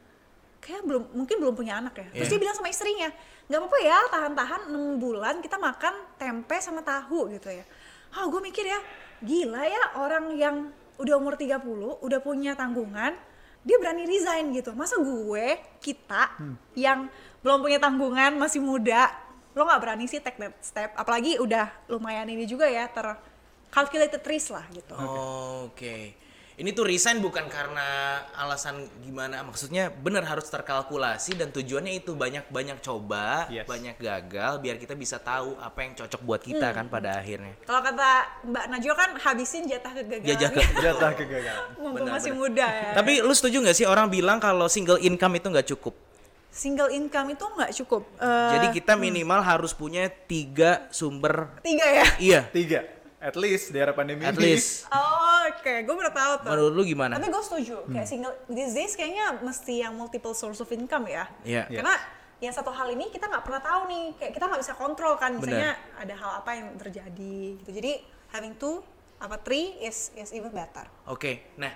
kayak belum mungkin belum punya anak ya. Terus Yeah. dia bilang sama istrinya, nggak apa-apa ya tahan-tahan enam bulan kita makan tempe sama tahu gitu ya. Ah, gue mikir ya, gila ya orang yang udah umur tiga puluh, udah punya tanggungan, dia berani resign gitu. Masa gue, kita Hmm. yang belum punya tanggungan, masih muda, lo nggak berani sih take that step. Apalagi udah lumayan ini juga ya, ter calculated risk lah gitu. Oh, Oke. Ini tuh resign bukan karena alasan gimana, maksudnya bener harus terkalkulasi dan tujuannya itu banyak-banyak coba, Yes. banyak gagal biar kita bisa tahu apa yang cocok buat kita Hmm. kan pada akhirnya. Kalau kata Mbak Najwa kan habisin jatah kegagalan. Jajah ke- Jatah kegagalan. Mumpung Benar, masih benar. muda ya. Tapi lu setuju nggak sih orang bilang kalau single income itu nggak cukup? Single income itu nggak cukup. Eh, Jadi kita minimal harus punya tiga sumber. tiga ya. Iya, Tiga. At least di era pandemi at ini. least. Oh, oke, gue baru tahu tuh. Menurut lu gimana? Tapi gue setuju, kayak single these days kayaknya mesti yang multiple source of income ya. Iya. Karena yang satu hal ini kita nggak pernah tahu nih, kayak kita nggak bisa kontrol kan, misalnya ada hal apa yang terjadi gitu. Jadi having two apa three is is even better. Oke, nah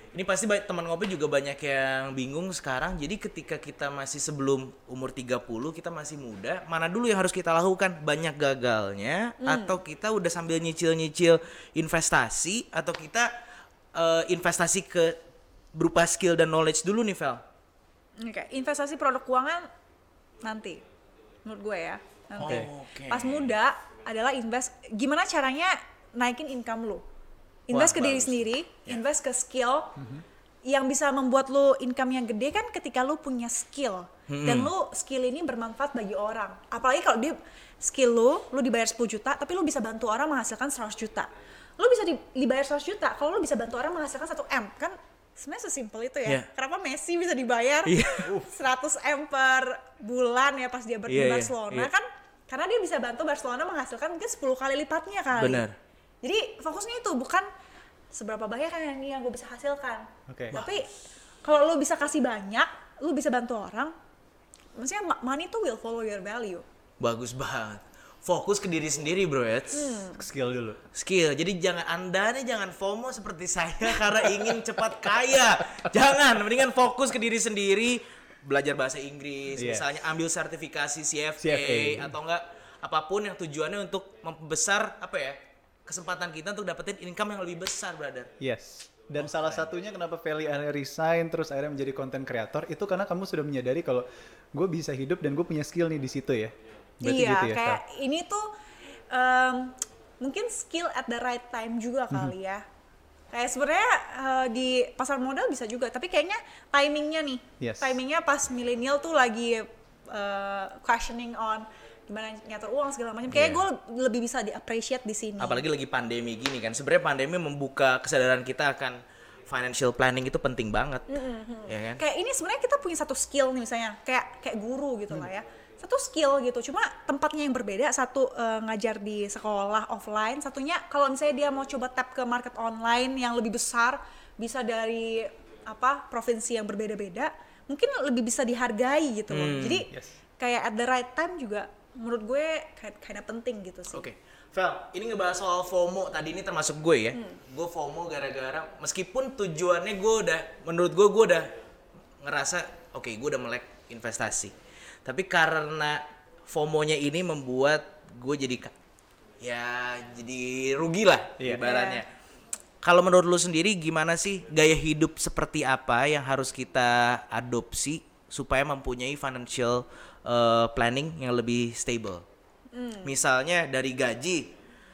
Ini pasti ba- teman ngopi juga banyak yang bingung sekarang. Jadi ketika kita masih sebelum umur tiga puluh, kita masih muda, mana dulu yang harus kita lakukan? Banyak gagalnya hmm. atau kita udah sambil nyicil-nyicil investasi atau kita uh, investasi ke berupa skill dan knowledge dulu nih, Vel? Oke, okay. Investasi produk keuangan nanti menurut gue ya. Nanti. Oh, okay. Pas muda adalah invest gimana caranya naikin income lu. Invest Wah, ke diri bagus. sendiri, yeah. invest ke skill mm-hmm. yang bisa membuat lu income yang gede kan ketika lu punya skill mm-hmm. dan lu skill ini bermanfaat bagi orang. Apalagi kalau dia skill lu, lu dibayar sepuluh juta tapi lu bisa bantu orang menghasilkan seratus juta. Lu bisa dibayar seratus juta kalau lu bisa bantu orang menghasilkan satu M kan sebenarnya sesimpel itu ya. Yeah. Kenapa Messi bisa dibayar yeah. seratus M per bulan ya pas dia ber- yeah, di Barcelona yeah, yeah. kan karena dia bisa bantu Barcelona menghasilkan mungkin sepuluh kali lipatnya kali. Benar. Jadi fokusnya itu bukan seberapa banyak yang yang gue bisa hasilkan, okay. tapi kalau lo bisa kasih banyak, lo bisa bantu orang, maksudnya money tuh will follow your value. Bagus banget. Fokus ke diri sendiri bro ya. Hmm. Skill dulu. Skill. Jadi jangan anda nih jangan FOMO seperti saya karena ingin cepat kaya. Jangan. Mendingan fokus ke diri sendiri. Belajar bahasa Inggris, yeah. misalnya ambil sertifikasi C F A, C F A atau enggak apapun yang tujuannya untuk membesar apa ya? Kesempatan kita untuk dapetin income yang lebih besar, brother. Yes. Dan okay. salah satunya kenapa Feli akhirnya resign terus akhirnya menjadi content creator itu karena kamu sudah menyadari kalau gue bisa hidup dan gue punya skill nih di situ ya. Berarti iya, gitu ya, kayak Kak? Ini tuh um, mungkin skill at the right time juga kali mm-hmm. ya. Kayak sebenarnya uh, di pasar modal bisa juga, tapi kayaknya timingnya nih, yes. timingnya pas milenial tuh lagi uh, questioning on gimana ngatur uang segala macam. Kayak yeah. gue lebih bisa di-appreciate di sini. Apalagi lagi pandemi gini kan. Sebenarnya pandemi membuka kesadaran kita akan financial planning itu penting banget. Mm-hmm. Ya kan? Kayak ini sebenarnya kita punya satu skill nih misalnya, kayak kayak guru gitu mm. lah ya. Satu skill gitu. Cuma tempatnya yang berbeda. Satu uh, ngajar di sekolah offline, satunya kalau misalnya dia mau coba tap ke market online yang lebih besar, bisa dari apa provinsi yang berbeda-beda, mungkin lebih bisa dihargai gitu loh. Mm. Jadi yes. kayak at the right time juga menurut gue kayak penting gitu sih. Oke, okay. Vel, ini ngebahas soal FOMO tadi ini termasuk gue ya. Hmm. Gue FOMO gara-gara meskipun tujuannya gue udah, menurut gue gue udah ngerasa oke okay, gue udah melek investasi. Tapi karena FOMO-nya ini membuat gue jadi ya jadi rugi lah yeah. ibaratnya. Yeah. Kalau menurut lu sendiri gimana sih gaya hidup seperti apa yang harus kita adopsi supaya mempunyai financial Uh, planning yang lebih stable. Mm. Misalnya dari gaji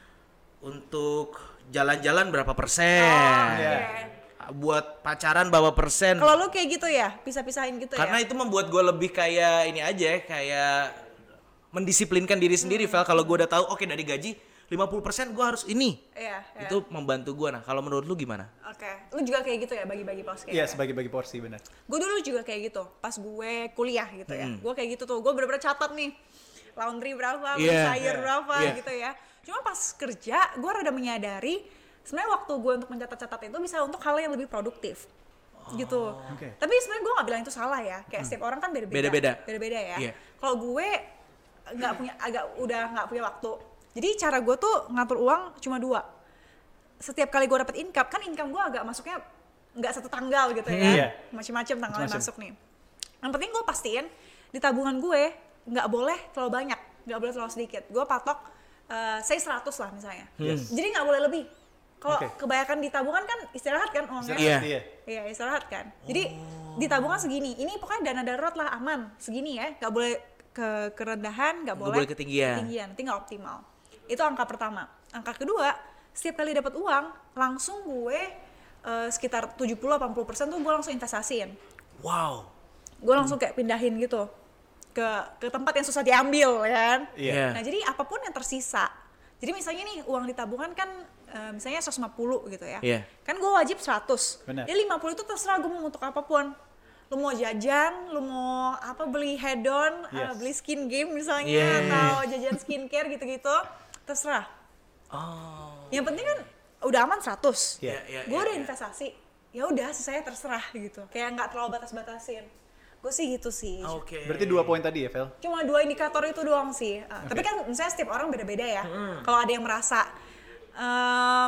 untuk jalan-jalan berapa persen, oh, yeah. buat pacaran berapa persen. Kalau lu kayak gitu ya, pisah-pisahin gitu. Karena ya. Karena itu membuat gue lebih kayak ini aja, kayak mendisiplinkan diri sendiri. Mm. Vel, kalau gue udah tahu, oke okay, dari gaji lima puluh persen gue harus ini. Yeah, yeah. Itu membantu gue. Nah, kalau menurut lu gimana? Oke, okay. Lu juga kayak gitu ya, bagi-bagi porsi? Iya, yes, bagi-bagi porsi, benar. Gue dulu juga kayak gitu, pas gue kuliah gitu ya. Hmm. Gue kayak gitu tuh, gue bener-bener catat nih, laundry berapa, yeah, sayur yeah, berapa yeah. gitu ya. Cuma pas kerja, gue rada menyadari, sebenarnya waktu gue untuk mencatat-catat itu bisa untuk hal yang lebih produktif. Oh, gitu. Okay. Tapi sebenarnya gue nggak bilang itu salah ya, kayak hmm. setiap orang kan beda-beda. Beda-beda. Beda-beda ya. Yeah. Kalau gue nggak punya, agak udah nggak punya waktu. Jadi cara gue tuh ngatur uang cuma dua. Setiap kali gue dapet income, kan income gue agak masuknya nggak satu tanggal gitu ya, hmm, yeah. macam-macam tanggalnya Macem. masuk nih. Yang penting gue pastiin di tabungan gue nggak boleh terlalu banyak, nggak boleh terlalu sedikit. Gue patok, uh, say seratus lah misalnya. Yes. Jadi nggak boleh lebih. Kalau okay. kebanyakan di tabungan kan istirahat kan uangnya. Iya. Yeah. Iya istirahat kan. Jadi oh. di tabungan segini. Ini pokoknya dana darurat lah aman segini ya. Nggak boleh ke kerendahan, nggak boleh, boleh ketinggian. ketinggian. Nanti nggak optimal. Itu angka pertama. Angka kedua, setiap kali dapat uang, langsung gue uh, sekitar tujuh puluh sampai delapan puluh persen tuh gue langsung investasiin. Wow. Gue langsung kayak pindahin gitu ke ke tempat yang susah diambil ya kan. Yeah. Nah, jadi apapun yang tersisa. Jadi misalnya nih uang di tabungan kan uh, misalnya seratus lima puluh gitu ya. Yeah. Kan gue wajib seratus. Benar. Jadi lima puluh itu terserah gue mau untuk apapun. Lu mau jajan, lu mau apa beli head on, yes. uh, beli skin game misalnya yeah. atau jajan skincare gitu-gitu. Terserah. Oh. Yang penting kan udah aman seratus. Yeah, yeah, gue yeah, udah yeah. investasi. Ya udah, saya terserah gitu. Kayak nggak terlalu batas-batasin. Gue sih gitu sih. Oke. Okay. Berarti dua poin tadi ya, Vel? Cuma dua indikator itu doang sih. Uh, okay. Tapi kan misalnya setiap orang beda-beda ya. Mm. Kalau ada yang merasa um,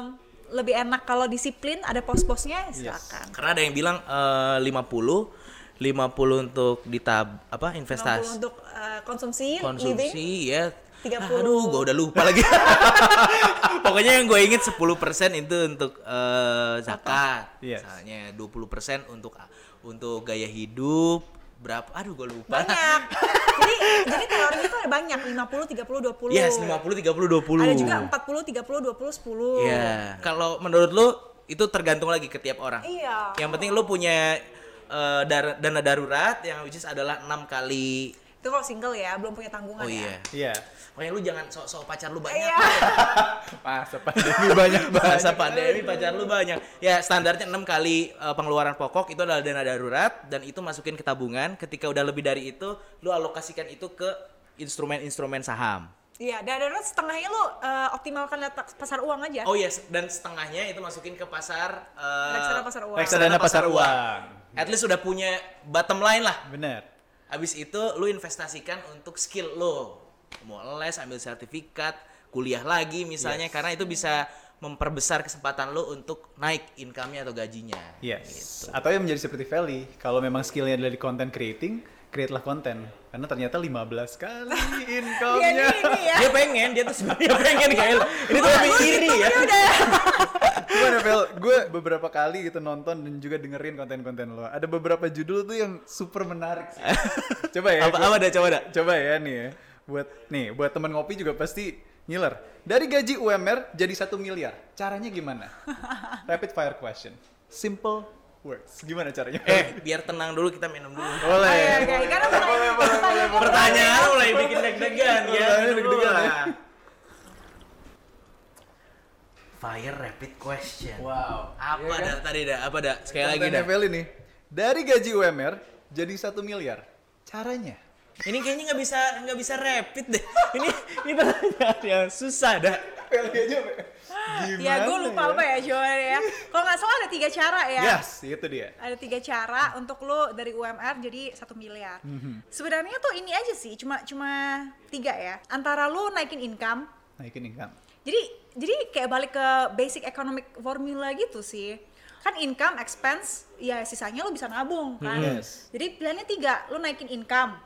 lebih enak kalau disiplin, ada pos-posnya, silakan. Karena ada yang bilang eh, lima puluh lima puluh untuk ditab apa lima puluh investasi untuk uh, konsumsi, living, konsumsi ya. tiga puluh. Aduh, gue udah lupa lagi. Pokoknya yang gue inget sepuluh persen itu untuk eh, zakat. Yes. Misalnya dua puluh persen untuk untuk gaya hidup. Berapa? Aduh, gue lupa. Banyak. jadi jadi teorinya itu ada banyak, lima puluh, tiga puluh, dua puluh. Yes, lima puluh, tiga puluh, dua puluh. Ada juga empat puluh, tiga puluh, dua puluh, sepuluh. Iya. Kalau menurut lu itu tergantung lagi ke tiap orang. Iya. Yang penting lu punya uh, dar- dana darurat yang which is adalah enam kali. Itu kalau single ya, belum punya tanggungan Oh ya. iya. Iya. Makanya lu jangan sok-sok pacar lu banyak. Iya. Masa pandemi banyak banget. Masa pandemi pacar lu banyak. Ya standarnya enam kali uh, pengeluaran pokok itu adalah dana darurat dan itu masukin ke tabungan. Ketika udah lebih dari itu, lu alokasikan itu ke instrumen-instrumen saham. Iya, dan darurat setengahnya lu uh, optimalkan lihat pasar uang aja. Oh iya, yes. Dan setengahnya itu masukin ke pasar uh, Reksadana pasar uang. Reksadana pasar uang. At least udah punya bottom line lah. Bener. Habis itu lu investasikan untuk skill lo. Mau les, ambil sertifikat, kuliah lagi misalnya, Yes. karena itu bisa memperbesar kesempatan lo untuk naik income-nya atau gajinya. Yes. Gitu. Atau yang menjadi seperti Feli, kalau memang skillnya dari content creating, create lah konten. Karena ternyata lima belas kali Iya, income-nya. ini, ini ya. Dia pengen, dia tuh sebenarnya pengen kayak lo. Ini tuh lebih iri ya. Gimana Fel? Gue beberapa kali gitu nonton dan juga dengerin konten-konten lo. Ada beberapa judul tuh yang super menarik sih. Coba ya. Apa gua- apa dah, coba dah. Coba ya nih ya. Buat nih, buat temen ngopi juga pasti ngiler. Dari gaji U M R jadi satu miliar. Caranya gimana? Rapid fire question. Simple words. Gimana caranya? Eh, biar tenang dulu, kita minum dulu. boleh. Oke, oke. Karena pertanyaan Pertanyaan mulai bikin deg-degan ya. Pertanyaan Minum dulu deg-degan ya. lah. Fire rapid question. Wow. Apa Iya kan? dah tadi dah? Apa dah? Sekali lagi Kontennya dah. Feli nih. Dari gaji U M R jadi satu miliar. Caranya? Ini kayaknya nggak bisa nggak bisa rapid deh. Ini ini pertanyaan yang susah dah. Feli aja. Gimana Ya, gue lupa apa ya jawabannya ya. Kalau nggak salah ada tiga cara ya. Yes, itu dia. Ada tiga cara untuk lo dari U M R jadi satu miliar. Sebenarnya tuh ini aja sih, cuma cuma tiga ya. Antara lo naikin income, Naikin income. jadi jadi kayak balik ke basic economic formula gitu sih. Kan income, expense, ya sisanya lo bisa nabung kan. Yes. Jadi pilihannya tiga, lo naikin income,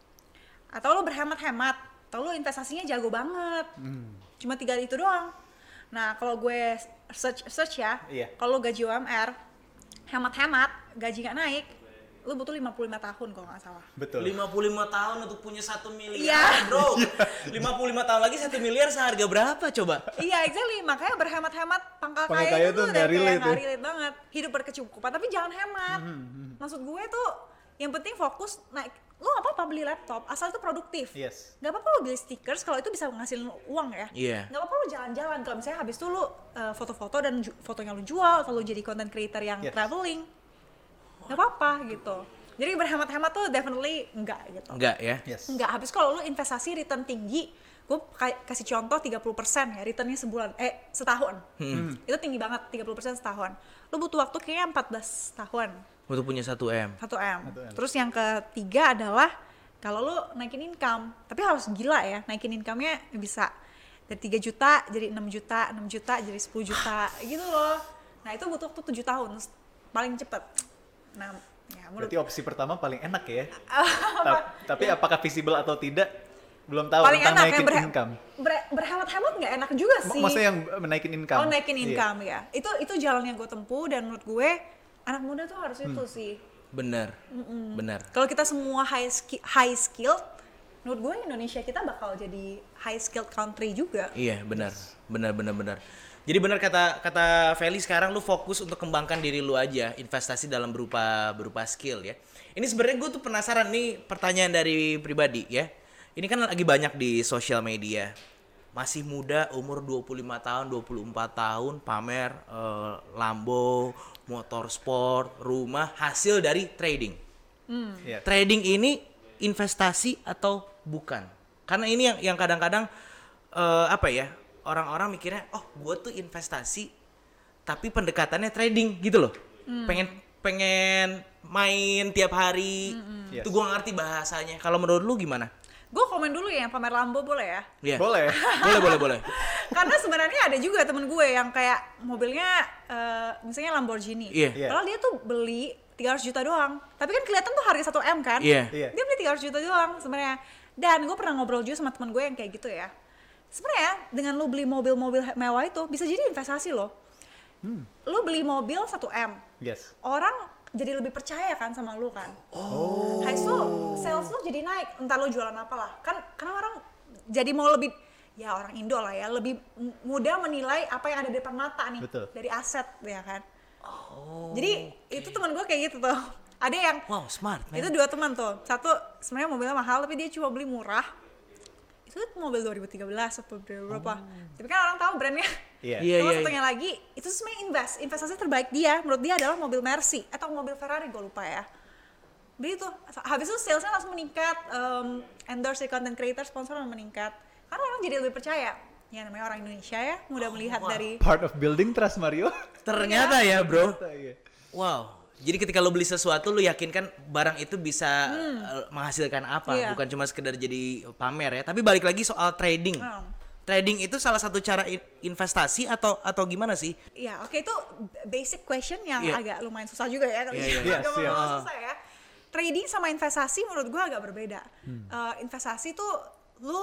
atau lo berhemat-hemat, atau lo investasinya jago banget. Cuma tiga itu doang. Nah kalau gue search search ya, Iya. kalau gaji U M R hemat-hemat, gaji nggak naik, lo butuh lima puluh lima tahun kalau nggak salah. Betul. lima puluh lima tahun untuk punya satu miliar, Iya. bro. lima puluh lima tahun lagi satu miliar seharga berapa coba? Iya, exactly. Makanya berhemat-hemat pangkal Pangkal kaya kaya itu tuh udah nggak kayak relate nggak ya. relate banget. Hidup berkecukupan, tapi jangan hemat. Maksud gue tuh yang penting fokus naik. Lu nggak apa-apa beli laptop, asal itu produktif. Yes. Nggak apa-apa lu beli stickers kalau itu bisa menghasilkan uang ya. Iya. Nggak apa-apa lu jalan-jalan. Kalau misalnya habis itu lu uh, foto-foto dan ju- fotonya lu jual, atau lu jadi content creator yang Yes. traveling. Nggak apa-apa gitu. Jadi berhemat-hemat tuh definitely enggak gitu. Enggak ya. Yes. Enggak, habis kalau lu investasi return tinggi, gue kasih contoh tiga puluh persen ya, returnnya sebulan, eh setahun. Itu tinggi banget, tiga puluh persen setahun. Lu butuh waktu kayaknya empat belas tahun, Untuk punya satu M. satu M. satu M. Terus yang ketiga adalah, kalau lu naikin income, tapi harus gila ya, naikin income-nya bisa dari tiga juta jadi enam juta, enam juta jadi sepuluh juta, gitu loh. Nah itu butuh waktu tujuh tahun, paling cepet. Nah, ya menurut Berarti opsi pertama paling enak ya. Ta- tapi apakah visible atau tidak belum tahu paling tentang enak naikin yang berhe- income. ber- berhemat-hemat nggak enak juga M- sih. Maksudnya yang menaikin income. Oh, naikin Iya. income ya. Itu itu jalan yang gue tempuh, dan menurut gue anak muda tuh harus Hmm. itu sih. Bener. Bener. Kalau kita semua high ski- high skilled, menurut gue Indonesia kita bakal jadi high skilled country juga. Iya, benar. Benar benar benar. Jadi benar kata kata Feli, sekarang lu fokus untuk kembangkan diri lu aja, investasi dalam berupa berupa skill ya. Ini sebenarnya gue tuh penasaran nih, pertanyaan dari pribadi ya. Ini kan lagi banyak di sosial media. Masih muda, umur dua puluh lima tahun, dua puluh empat tahun, pamer eh, Lambo, motor sport, rumah, hasil dari trading. Iya. Trading ini investasi atau bukan? Karena ini yang yang kadang-kadang eh, apa ya, orang-orang mikirnya, oh gue tuh investasi tapi pendekatannya trading gitu loh. Pengen pengen main tiap hari. Yes. Itu gue ngerti bahasanya. Kalau menurut lu gimana? Gue komen dulu ya, yang pamer Lambo boleh ya? Iya. Boleh. boleh boleh boleh. Karena sebenarnya ada juga temen gue yang kayak mobilnya uh, misalnya Lamborghini. Iya. Iya. Padahal dia tuh beli tiga ratus juta doang. Tapi kan kelihatan tuh harga satu M kan? Iya. Iya. Dia beli tiga ratus juta doang sebenarnya. Dan gue pernah ngobrol juga sama temen gue yang kayak gitu ya. Sebenarnya dengan lu beli mobil-mobil mewah itu bisa jadi investasi loh. Hmm. Lu beli mobil satu M. Yes. Orang jadi lebih percaya kan sama lu kan. Oh. Hai so, sales lu jadi naik. Entar lu jualan apa lah. Kan karena orang jadi mau lebih, ya orang Indo lah ya, lebih m- mudah menilai apa yang ada di depan mata nih. Betul. Dari aset ya kan. Oh. Jadi okay. itu teman gue kayak gitu tuh. Ada yang Wow, smart, man. itu dua teman tuh. Satu sebenarnya mobilnya mahal tapi dia cuma beli murah. Itu mobil dua ribu tiga belas atau berapa. Oh. Tapi kan orang tahu brandnya. Iya. Iya, Terus iya, satunya lagi, itu sebenarnya invest, investasi terbaik dia, menurut dia adalah mobil Mercy atau mobil Ferrari, gue lupa ya. Beli itu, habis itu salesnya langsung meningkat, um, endorse content creator, sponsor meningkat. Karena orang jadi lebih percaya. Ya namanya orang Indonesia ya, mudah Oh, melihat wow. dari... Part of building trust, Mario. Ternyata ya, bro. Iya. Wow. Jadi ketika lo beli sesuatu, lo yakinkan barang itu bisa Hmm. uh, menghasilkan apa, Iya. bukan cuma sekedar jadi pamer ya. Tapi balik lagi soal trading. Hmm. Trading itu salah satu cara in- investasi atau atau gimana sih? Ya oke itu basic question yang Iya. agak lumayan susah juga ya. Kalau Iya, iya. agak Yes, memang yes. susah ya. Trading sama investasi menurut gue agak berbeda. Hmm. Uh, investasi tuh lu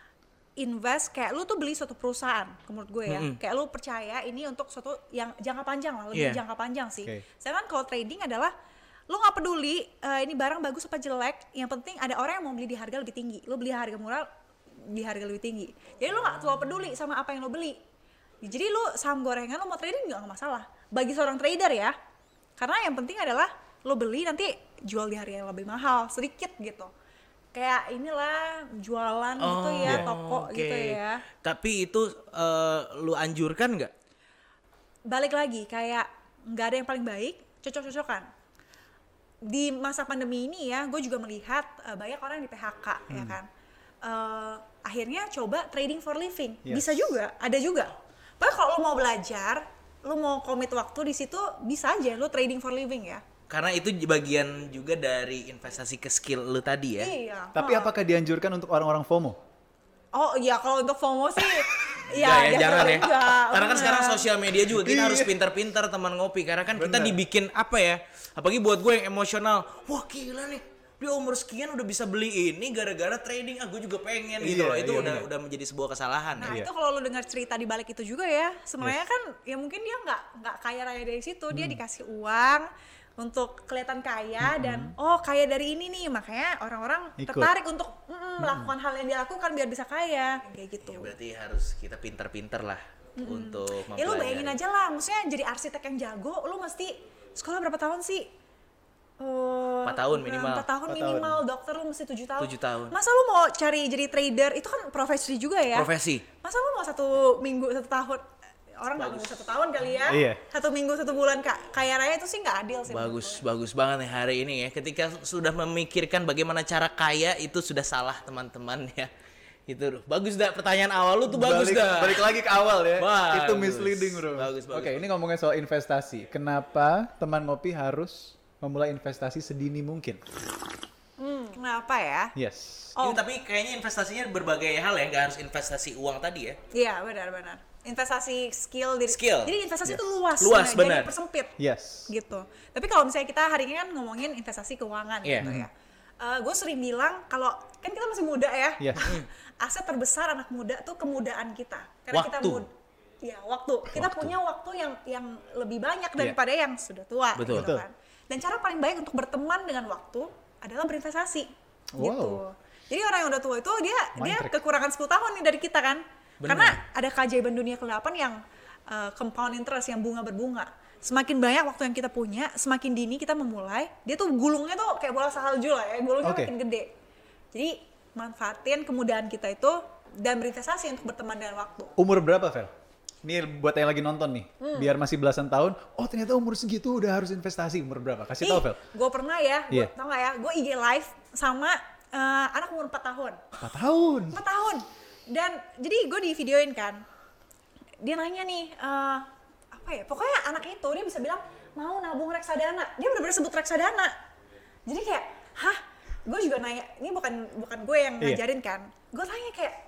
invest kayak lu tuh beli suatu perusahaan menurut gue ya. Mm-hmm. Kayak lu percaya ini untuk suatu yang jangka panjang lah, lebih Iya. jangka panjang sih. Okay. Sedangkan kalau trading adalah lu nggak peduli uh, ini barang bagus apa jelek, yang penting ada orang yang mau beli di harga lebih tinggi. Lu beli harga murah di harga lebih tinggi. Jadi lu nggak terlalu peduli sama apa yang lu beli. Jadi lu saham gorengan lu mau trading juga nggak masalah. Bagi seorang trader ya, karena yang penting adalah lu beli nanti jual di harga yang lebih mahal sedikit gitu. Kayak inilah jualan gitu ya, toko oke. gitu ya. Tapi itu uh, lu anjurkan nggak? Balik lagi kayak nggak ada yang paling baik, cocok-cocokan. Di masa pandemi ini ya, gue juga melihat uh, banyak orang yang di P H K Hmm. ya kan. Uh, akhirnya coba trading for living, Yes. bisa juga, ada juga. Pokoknya kalau lo mau belajar, lo mau komit waktu di situ, bisa aja lo trading for living ya. Karena itu bagian juga dari investasi ke skill lu tadi ya. Iya. Tapi ha. apakah dianjurkan untuk orang-orang FOMO? Oh iya kalau untuk FOMO sih, Enggak ya, ya, jangan ya. enggak, Karena kan bener. sekarang sosial media juga kita Iya. harus pintar-pintar teman ngopi. Karena kan kita Bener. dibikin apa ya? Apalagi buat gue yang emosional. Wah gila nih, dia umur sekian udah bisa beli ini gara-gara trading. Ah gue juga pengen gitu Iya, loh. Itu iya, udah bener. udah menjadi sebuah kesalahan. Nah ya. itu kalau lu dengar cerita di balik itu juga ya, sebenarnya kan ya mungkin dia nggak nggak kaya raya dari situ, dia Hmm. dikasih uang untuk kelihatan kaya dan oh kaya dari ini nih, makanya orang-orang Ikut. tertarik untuk mm, melakukan hal yang dia lakukan biar bisa kaya kayak gitu. Ya, berarti harus kita pintar-pintar lah untuk Ya lu bayangin mempelajari. aja lah, maksudnya jadi arsitek yang jago, lu mesti sekolah berapa tahun sih? Uh, Empat tahun minimal. empat tahun Empat minimal, dokter lu mesti tujuh tahun. Tujuh tahun. Masa lu mau cari jadi trader, itu kan profesi juga ya? Profesi. Masa lu mau satu minggu, satu tahun? Orang nggak mau satu tahun kali ya? Iya. Satu minggu, satu bulan ka- kaya raya itu sih nggak adil sih. Bagus, bagus banget nih hari ini ya. Ketika sudah memikirkan bagaimana cara kaya itu sudah salah teman-teman ya. Itu bagus dah pertanyaan awal lu tuh bagus balik, dah. Balik lagi ke awal ya. Bagus. Itu misleading, bro. Bagus, bagus, Oke, bagus. ini ngomongin soal investasi. Kenapa teman ngopi harus memulai investasi sedini mungkin? Hmm, kenapa ya? Yes. Oh. Ini tapi kayaknya investasinya berbagai hal ya, nggak harus investasi uang tadi ya. Iya, benar-benar. Investasi skill. Di, Skill. Jadi investasi itu luas. Luas, sebenarnya, benar. Jadi persempit. Yes. Gitu. Tapi kalau misalnya kita hari ini kan ngomongin investasi keuangan Iya. gitu ya. Gue sering bilang kalau kan kita masih muda ya. Yes. Aset terbesar anak muda tuh kemudaan kita. Karena kita Waktu. mud ya, waktu. Kita Waktu. punya waktu yang yang lebih banyak daripada yang sudah tua Betul. gitu Betul. kan. Dan cara paling baik untuk berteman dengan waktu adalah berinvestasi. Gitu. Wow. Jadi orang yang udah tua itu dia Mind dia trick. kekurangan sepuluh tahun nih dari kita kan. Benar. Karena ada keajaiban dunia kedelapan yang uh, compound interest, yang bunga berbunga. Semakin banyak waktu yang kita punya, semakin dini kita memulai, dia tuh gulungnya tuh kayak bola salju lah ya, gulungnya Oke. makin gede. Jadi manfaatin kemudahan kita itu dan berinvestasi untuk berteman dengan waktu. Umur berapa, Vel? Ini buat yang lagi nonton nih, Hmm. biar masih belasan tahun, oh ternyata umur segitu udah harus investasi. Umur berapa? Kasih tau, Vel. Gue pernah ya, gua, Iya. tau gak ya, gue I G live sama uh, anak umur empat tahun. empat tahun. empat tahun. Dan jadi gue di videoin kan, dia nanya nih, uh, apa ya, pokoknya anak itu dia bisa bilang mau nabung reksadana, dia benar-benar sebut reksadana. Jadi kayak, hah, gue juga nanya, ini bukan bukan gue yang Iya. ngajarin kan, gue tanya kayak,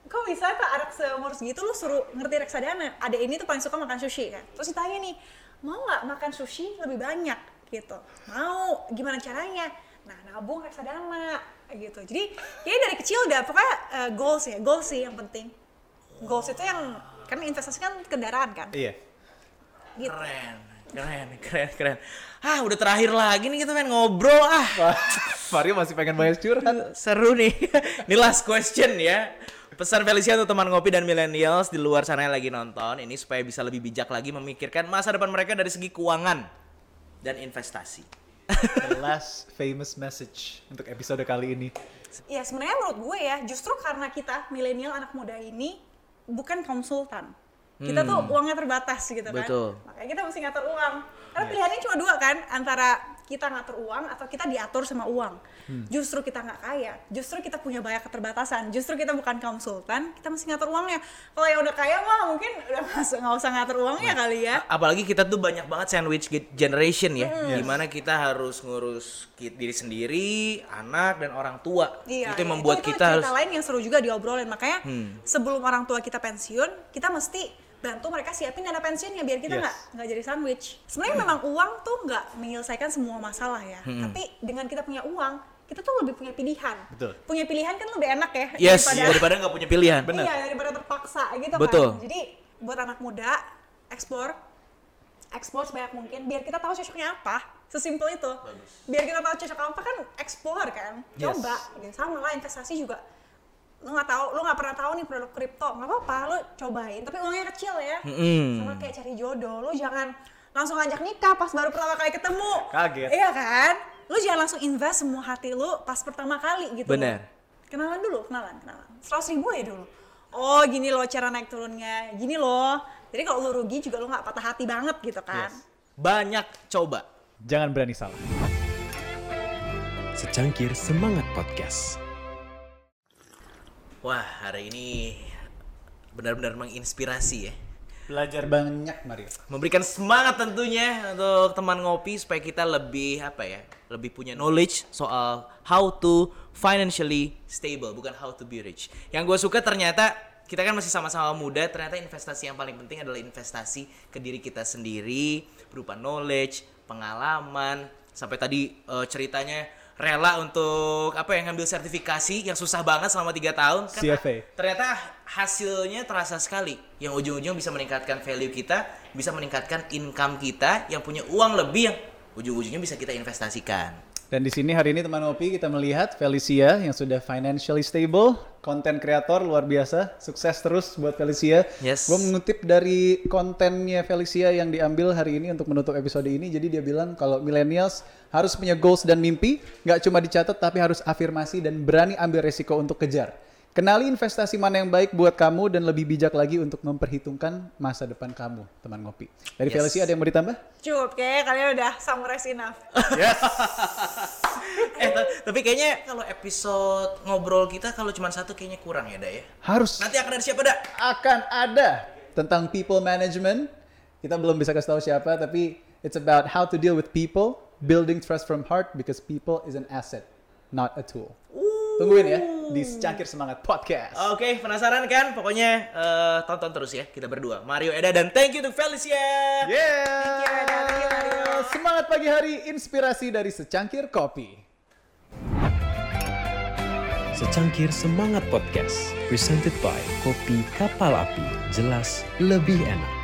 kok bisa Pak anak seumur segitu lu suruh ngerti reksadana? Adek ini tuh paling suka makan sushi kan. Terus ditanya nih, mau nggak makan sushi lebih banyak gitu? Mau, gimana caranya? Nah, nabung reksadana gitu. Jadi kayaknya dari kecil udah pokoknya uh, goals ya, goals sih yang penting. Goals itu yang kan investasi kan kendaraan kan. Iya. Gitu. Keren, keren, keren, keren. Ah, udah terakhir lagi nih kita main ngobrol ah. Mario masih pengen banyak curhat. Seru nih. Ini last question ya. Pesan Felicia untuk teman ngopi dan millennials di luar sana yang lagi nonton ini supaya bisa lebih bijak lagi memikirkan masa depan mereka dari segi keuangan dan investasi. The last famous message untuk episode kali ini. Ya sebenarnya menurut gue ya, justru karena kita milenial anak muda ini bukan konsultan. Kita tuh uangnya terbatas gitu kan. Betul. Makanya kita mesti ngatur uang. Karena pilihannya cuma dua kan, antara kita ngatur uang atau kita diatur sama uang. Hmm. Justru kita nggak kaya, justru kita punya banyak keterbatasan, justru kita bukan konsultan, kita mesti ngatur uangnya. Kalau yang udah kaya mah mungkin udah nggak usah ngatur uangnya kali ya. Apalagi kita tuh banyak banget sandwich generation ya, hmm. dimana kita harus ngurus diri sendiri, anak dan orang tua. Iya, itu yang iya. membuat itu, kita itu harus. cerita lain yang seru juga diobrolin. Makanya Hmm. sebelum orang tua kita pensiun, kita mesti bantu mereka siapin dana pensiunnya biar kita nggak yes. nggak jadi sandwich. Sebenarnya memang uang tuh nggak menyelesaikan semua masalah ya. Hmm. Tapi dengan kita punya uang, kita tuh lebih punya pilihan. Betul. Punya pilihan kan lebih enak ya. Yes, daripada, daripada nggak punya pilihan. Bener. Iya, daripada terpaksa gitu Betul. kan. Jadi buat anak muda, explore, explore sebanyak mungkin biar kita tahu cocoknya apa. Sesimpel itu. Bagus. Biar kita tahu cocok apa kan explore kan. Coba. Yes. Sama lah investasi juga. Lu nggak tahu, lu nggak pernah tahu nih produk kripto, nggak apa-apa, lu cobain. Tapi uangnya kecil ya. Mm-hmm. Sama kayak cari jodoh, lu jangan langsung ngajak nikah pas baru pertama kali ketemu. Kaget. Iya kan? Lu jangan langsung invest semua hati lu pas pertama kali gitu. Bener. Kenalan dulu, kenalan, kenalan. Seratus ribu ya dulu. Oh gini loh cara naik turunnya, gini loh. Jadi kalau lu rugi juga lu nggak patah hati banget gitu kan. Yes. Banyak coba. Jangan berani salah. Secangkir Semangat Podcast. Wah, hari ini benar-benar menginspirasi ya. Belajar banyak Mario. Memberikan semangat tentunya untuk teman ngopi supaya kita lebih apa ya, lebih punya knowledge soal how to financially stable, bukan how to be rich. Yang gue suka ternyata kita kan masih sama-sama muda, ternyata investasi yang paling penting adalah investasi ke diri kita sendiri berupa knowledge, pengalaman, sampai tadi uh, ceritanya rela untuk apa ya, ngambil sertifikasi yang susah banget selama tiga tahun kan. C F A. Ternyata hasilnya terasa sekali. Yang ujung-ujung bisa meningkatkan value kita, bisa meningkatkan income kita, yang punya uang lebih yang ujung-ujungnya bisa kita investasikan. Dan di sini hari ini teman ngopi kita melihat Felicia yang sudah financially stable, konten kreator luar biasa, sukses terus buat Felicia. Yes. Gue mengutip dari kontennya Felicia yang diambil hari ini untuk menutup episode ini. Jadi dia bilang kalau millennials harus punya goals dan mimpi, nggak cuma dicatat tapi harus afirmasi dan berani ambil resiko untuk kejar. Kenali investasi mana yang baik buat kamu dan lebih bijak lagi untuk memperhitungkan masa depan kamu, teman ngopi. Dari Yes. Felicia ada yang mau ditambah? Cukup, kayaknya kalian udah summarize enough. Yes. eh t- tapi kayaknya kalau episode ngobrol kita kalau cuma satu kayaknya kurang ya, Da ya. Harus. Nanti akan ada siapa, Da? Akan ada tentang people management. Kita belum bisa kasih tahu siapa, tapi it's about how to deal with people, building trust from heart because people is an asset, not a tool. Tungguin ya di Secangkir Semangat Podcast. Oke, penasaran kan? Pokoknya eh, tonton terus ya kita berdua, Mario, Eda, dan thank you to Felicia. Yeah. Thank you, Eda. Thank you, Mario. Semangat pagi hari, inspirasi dari Secangkir Kopi. Secangkir Semangat Podcast, presented by Kopi Kapal Api, jelas lebih enak.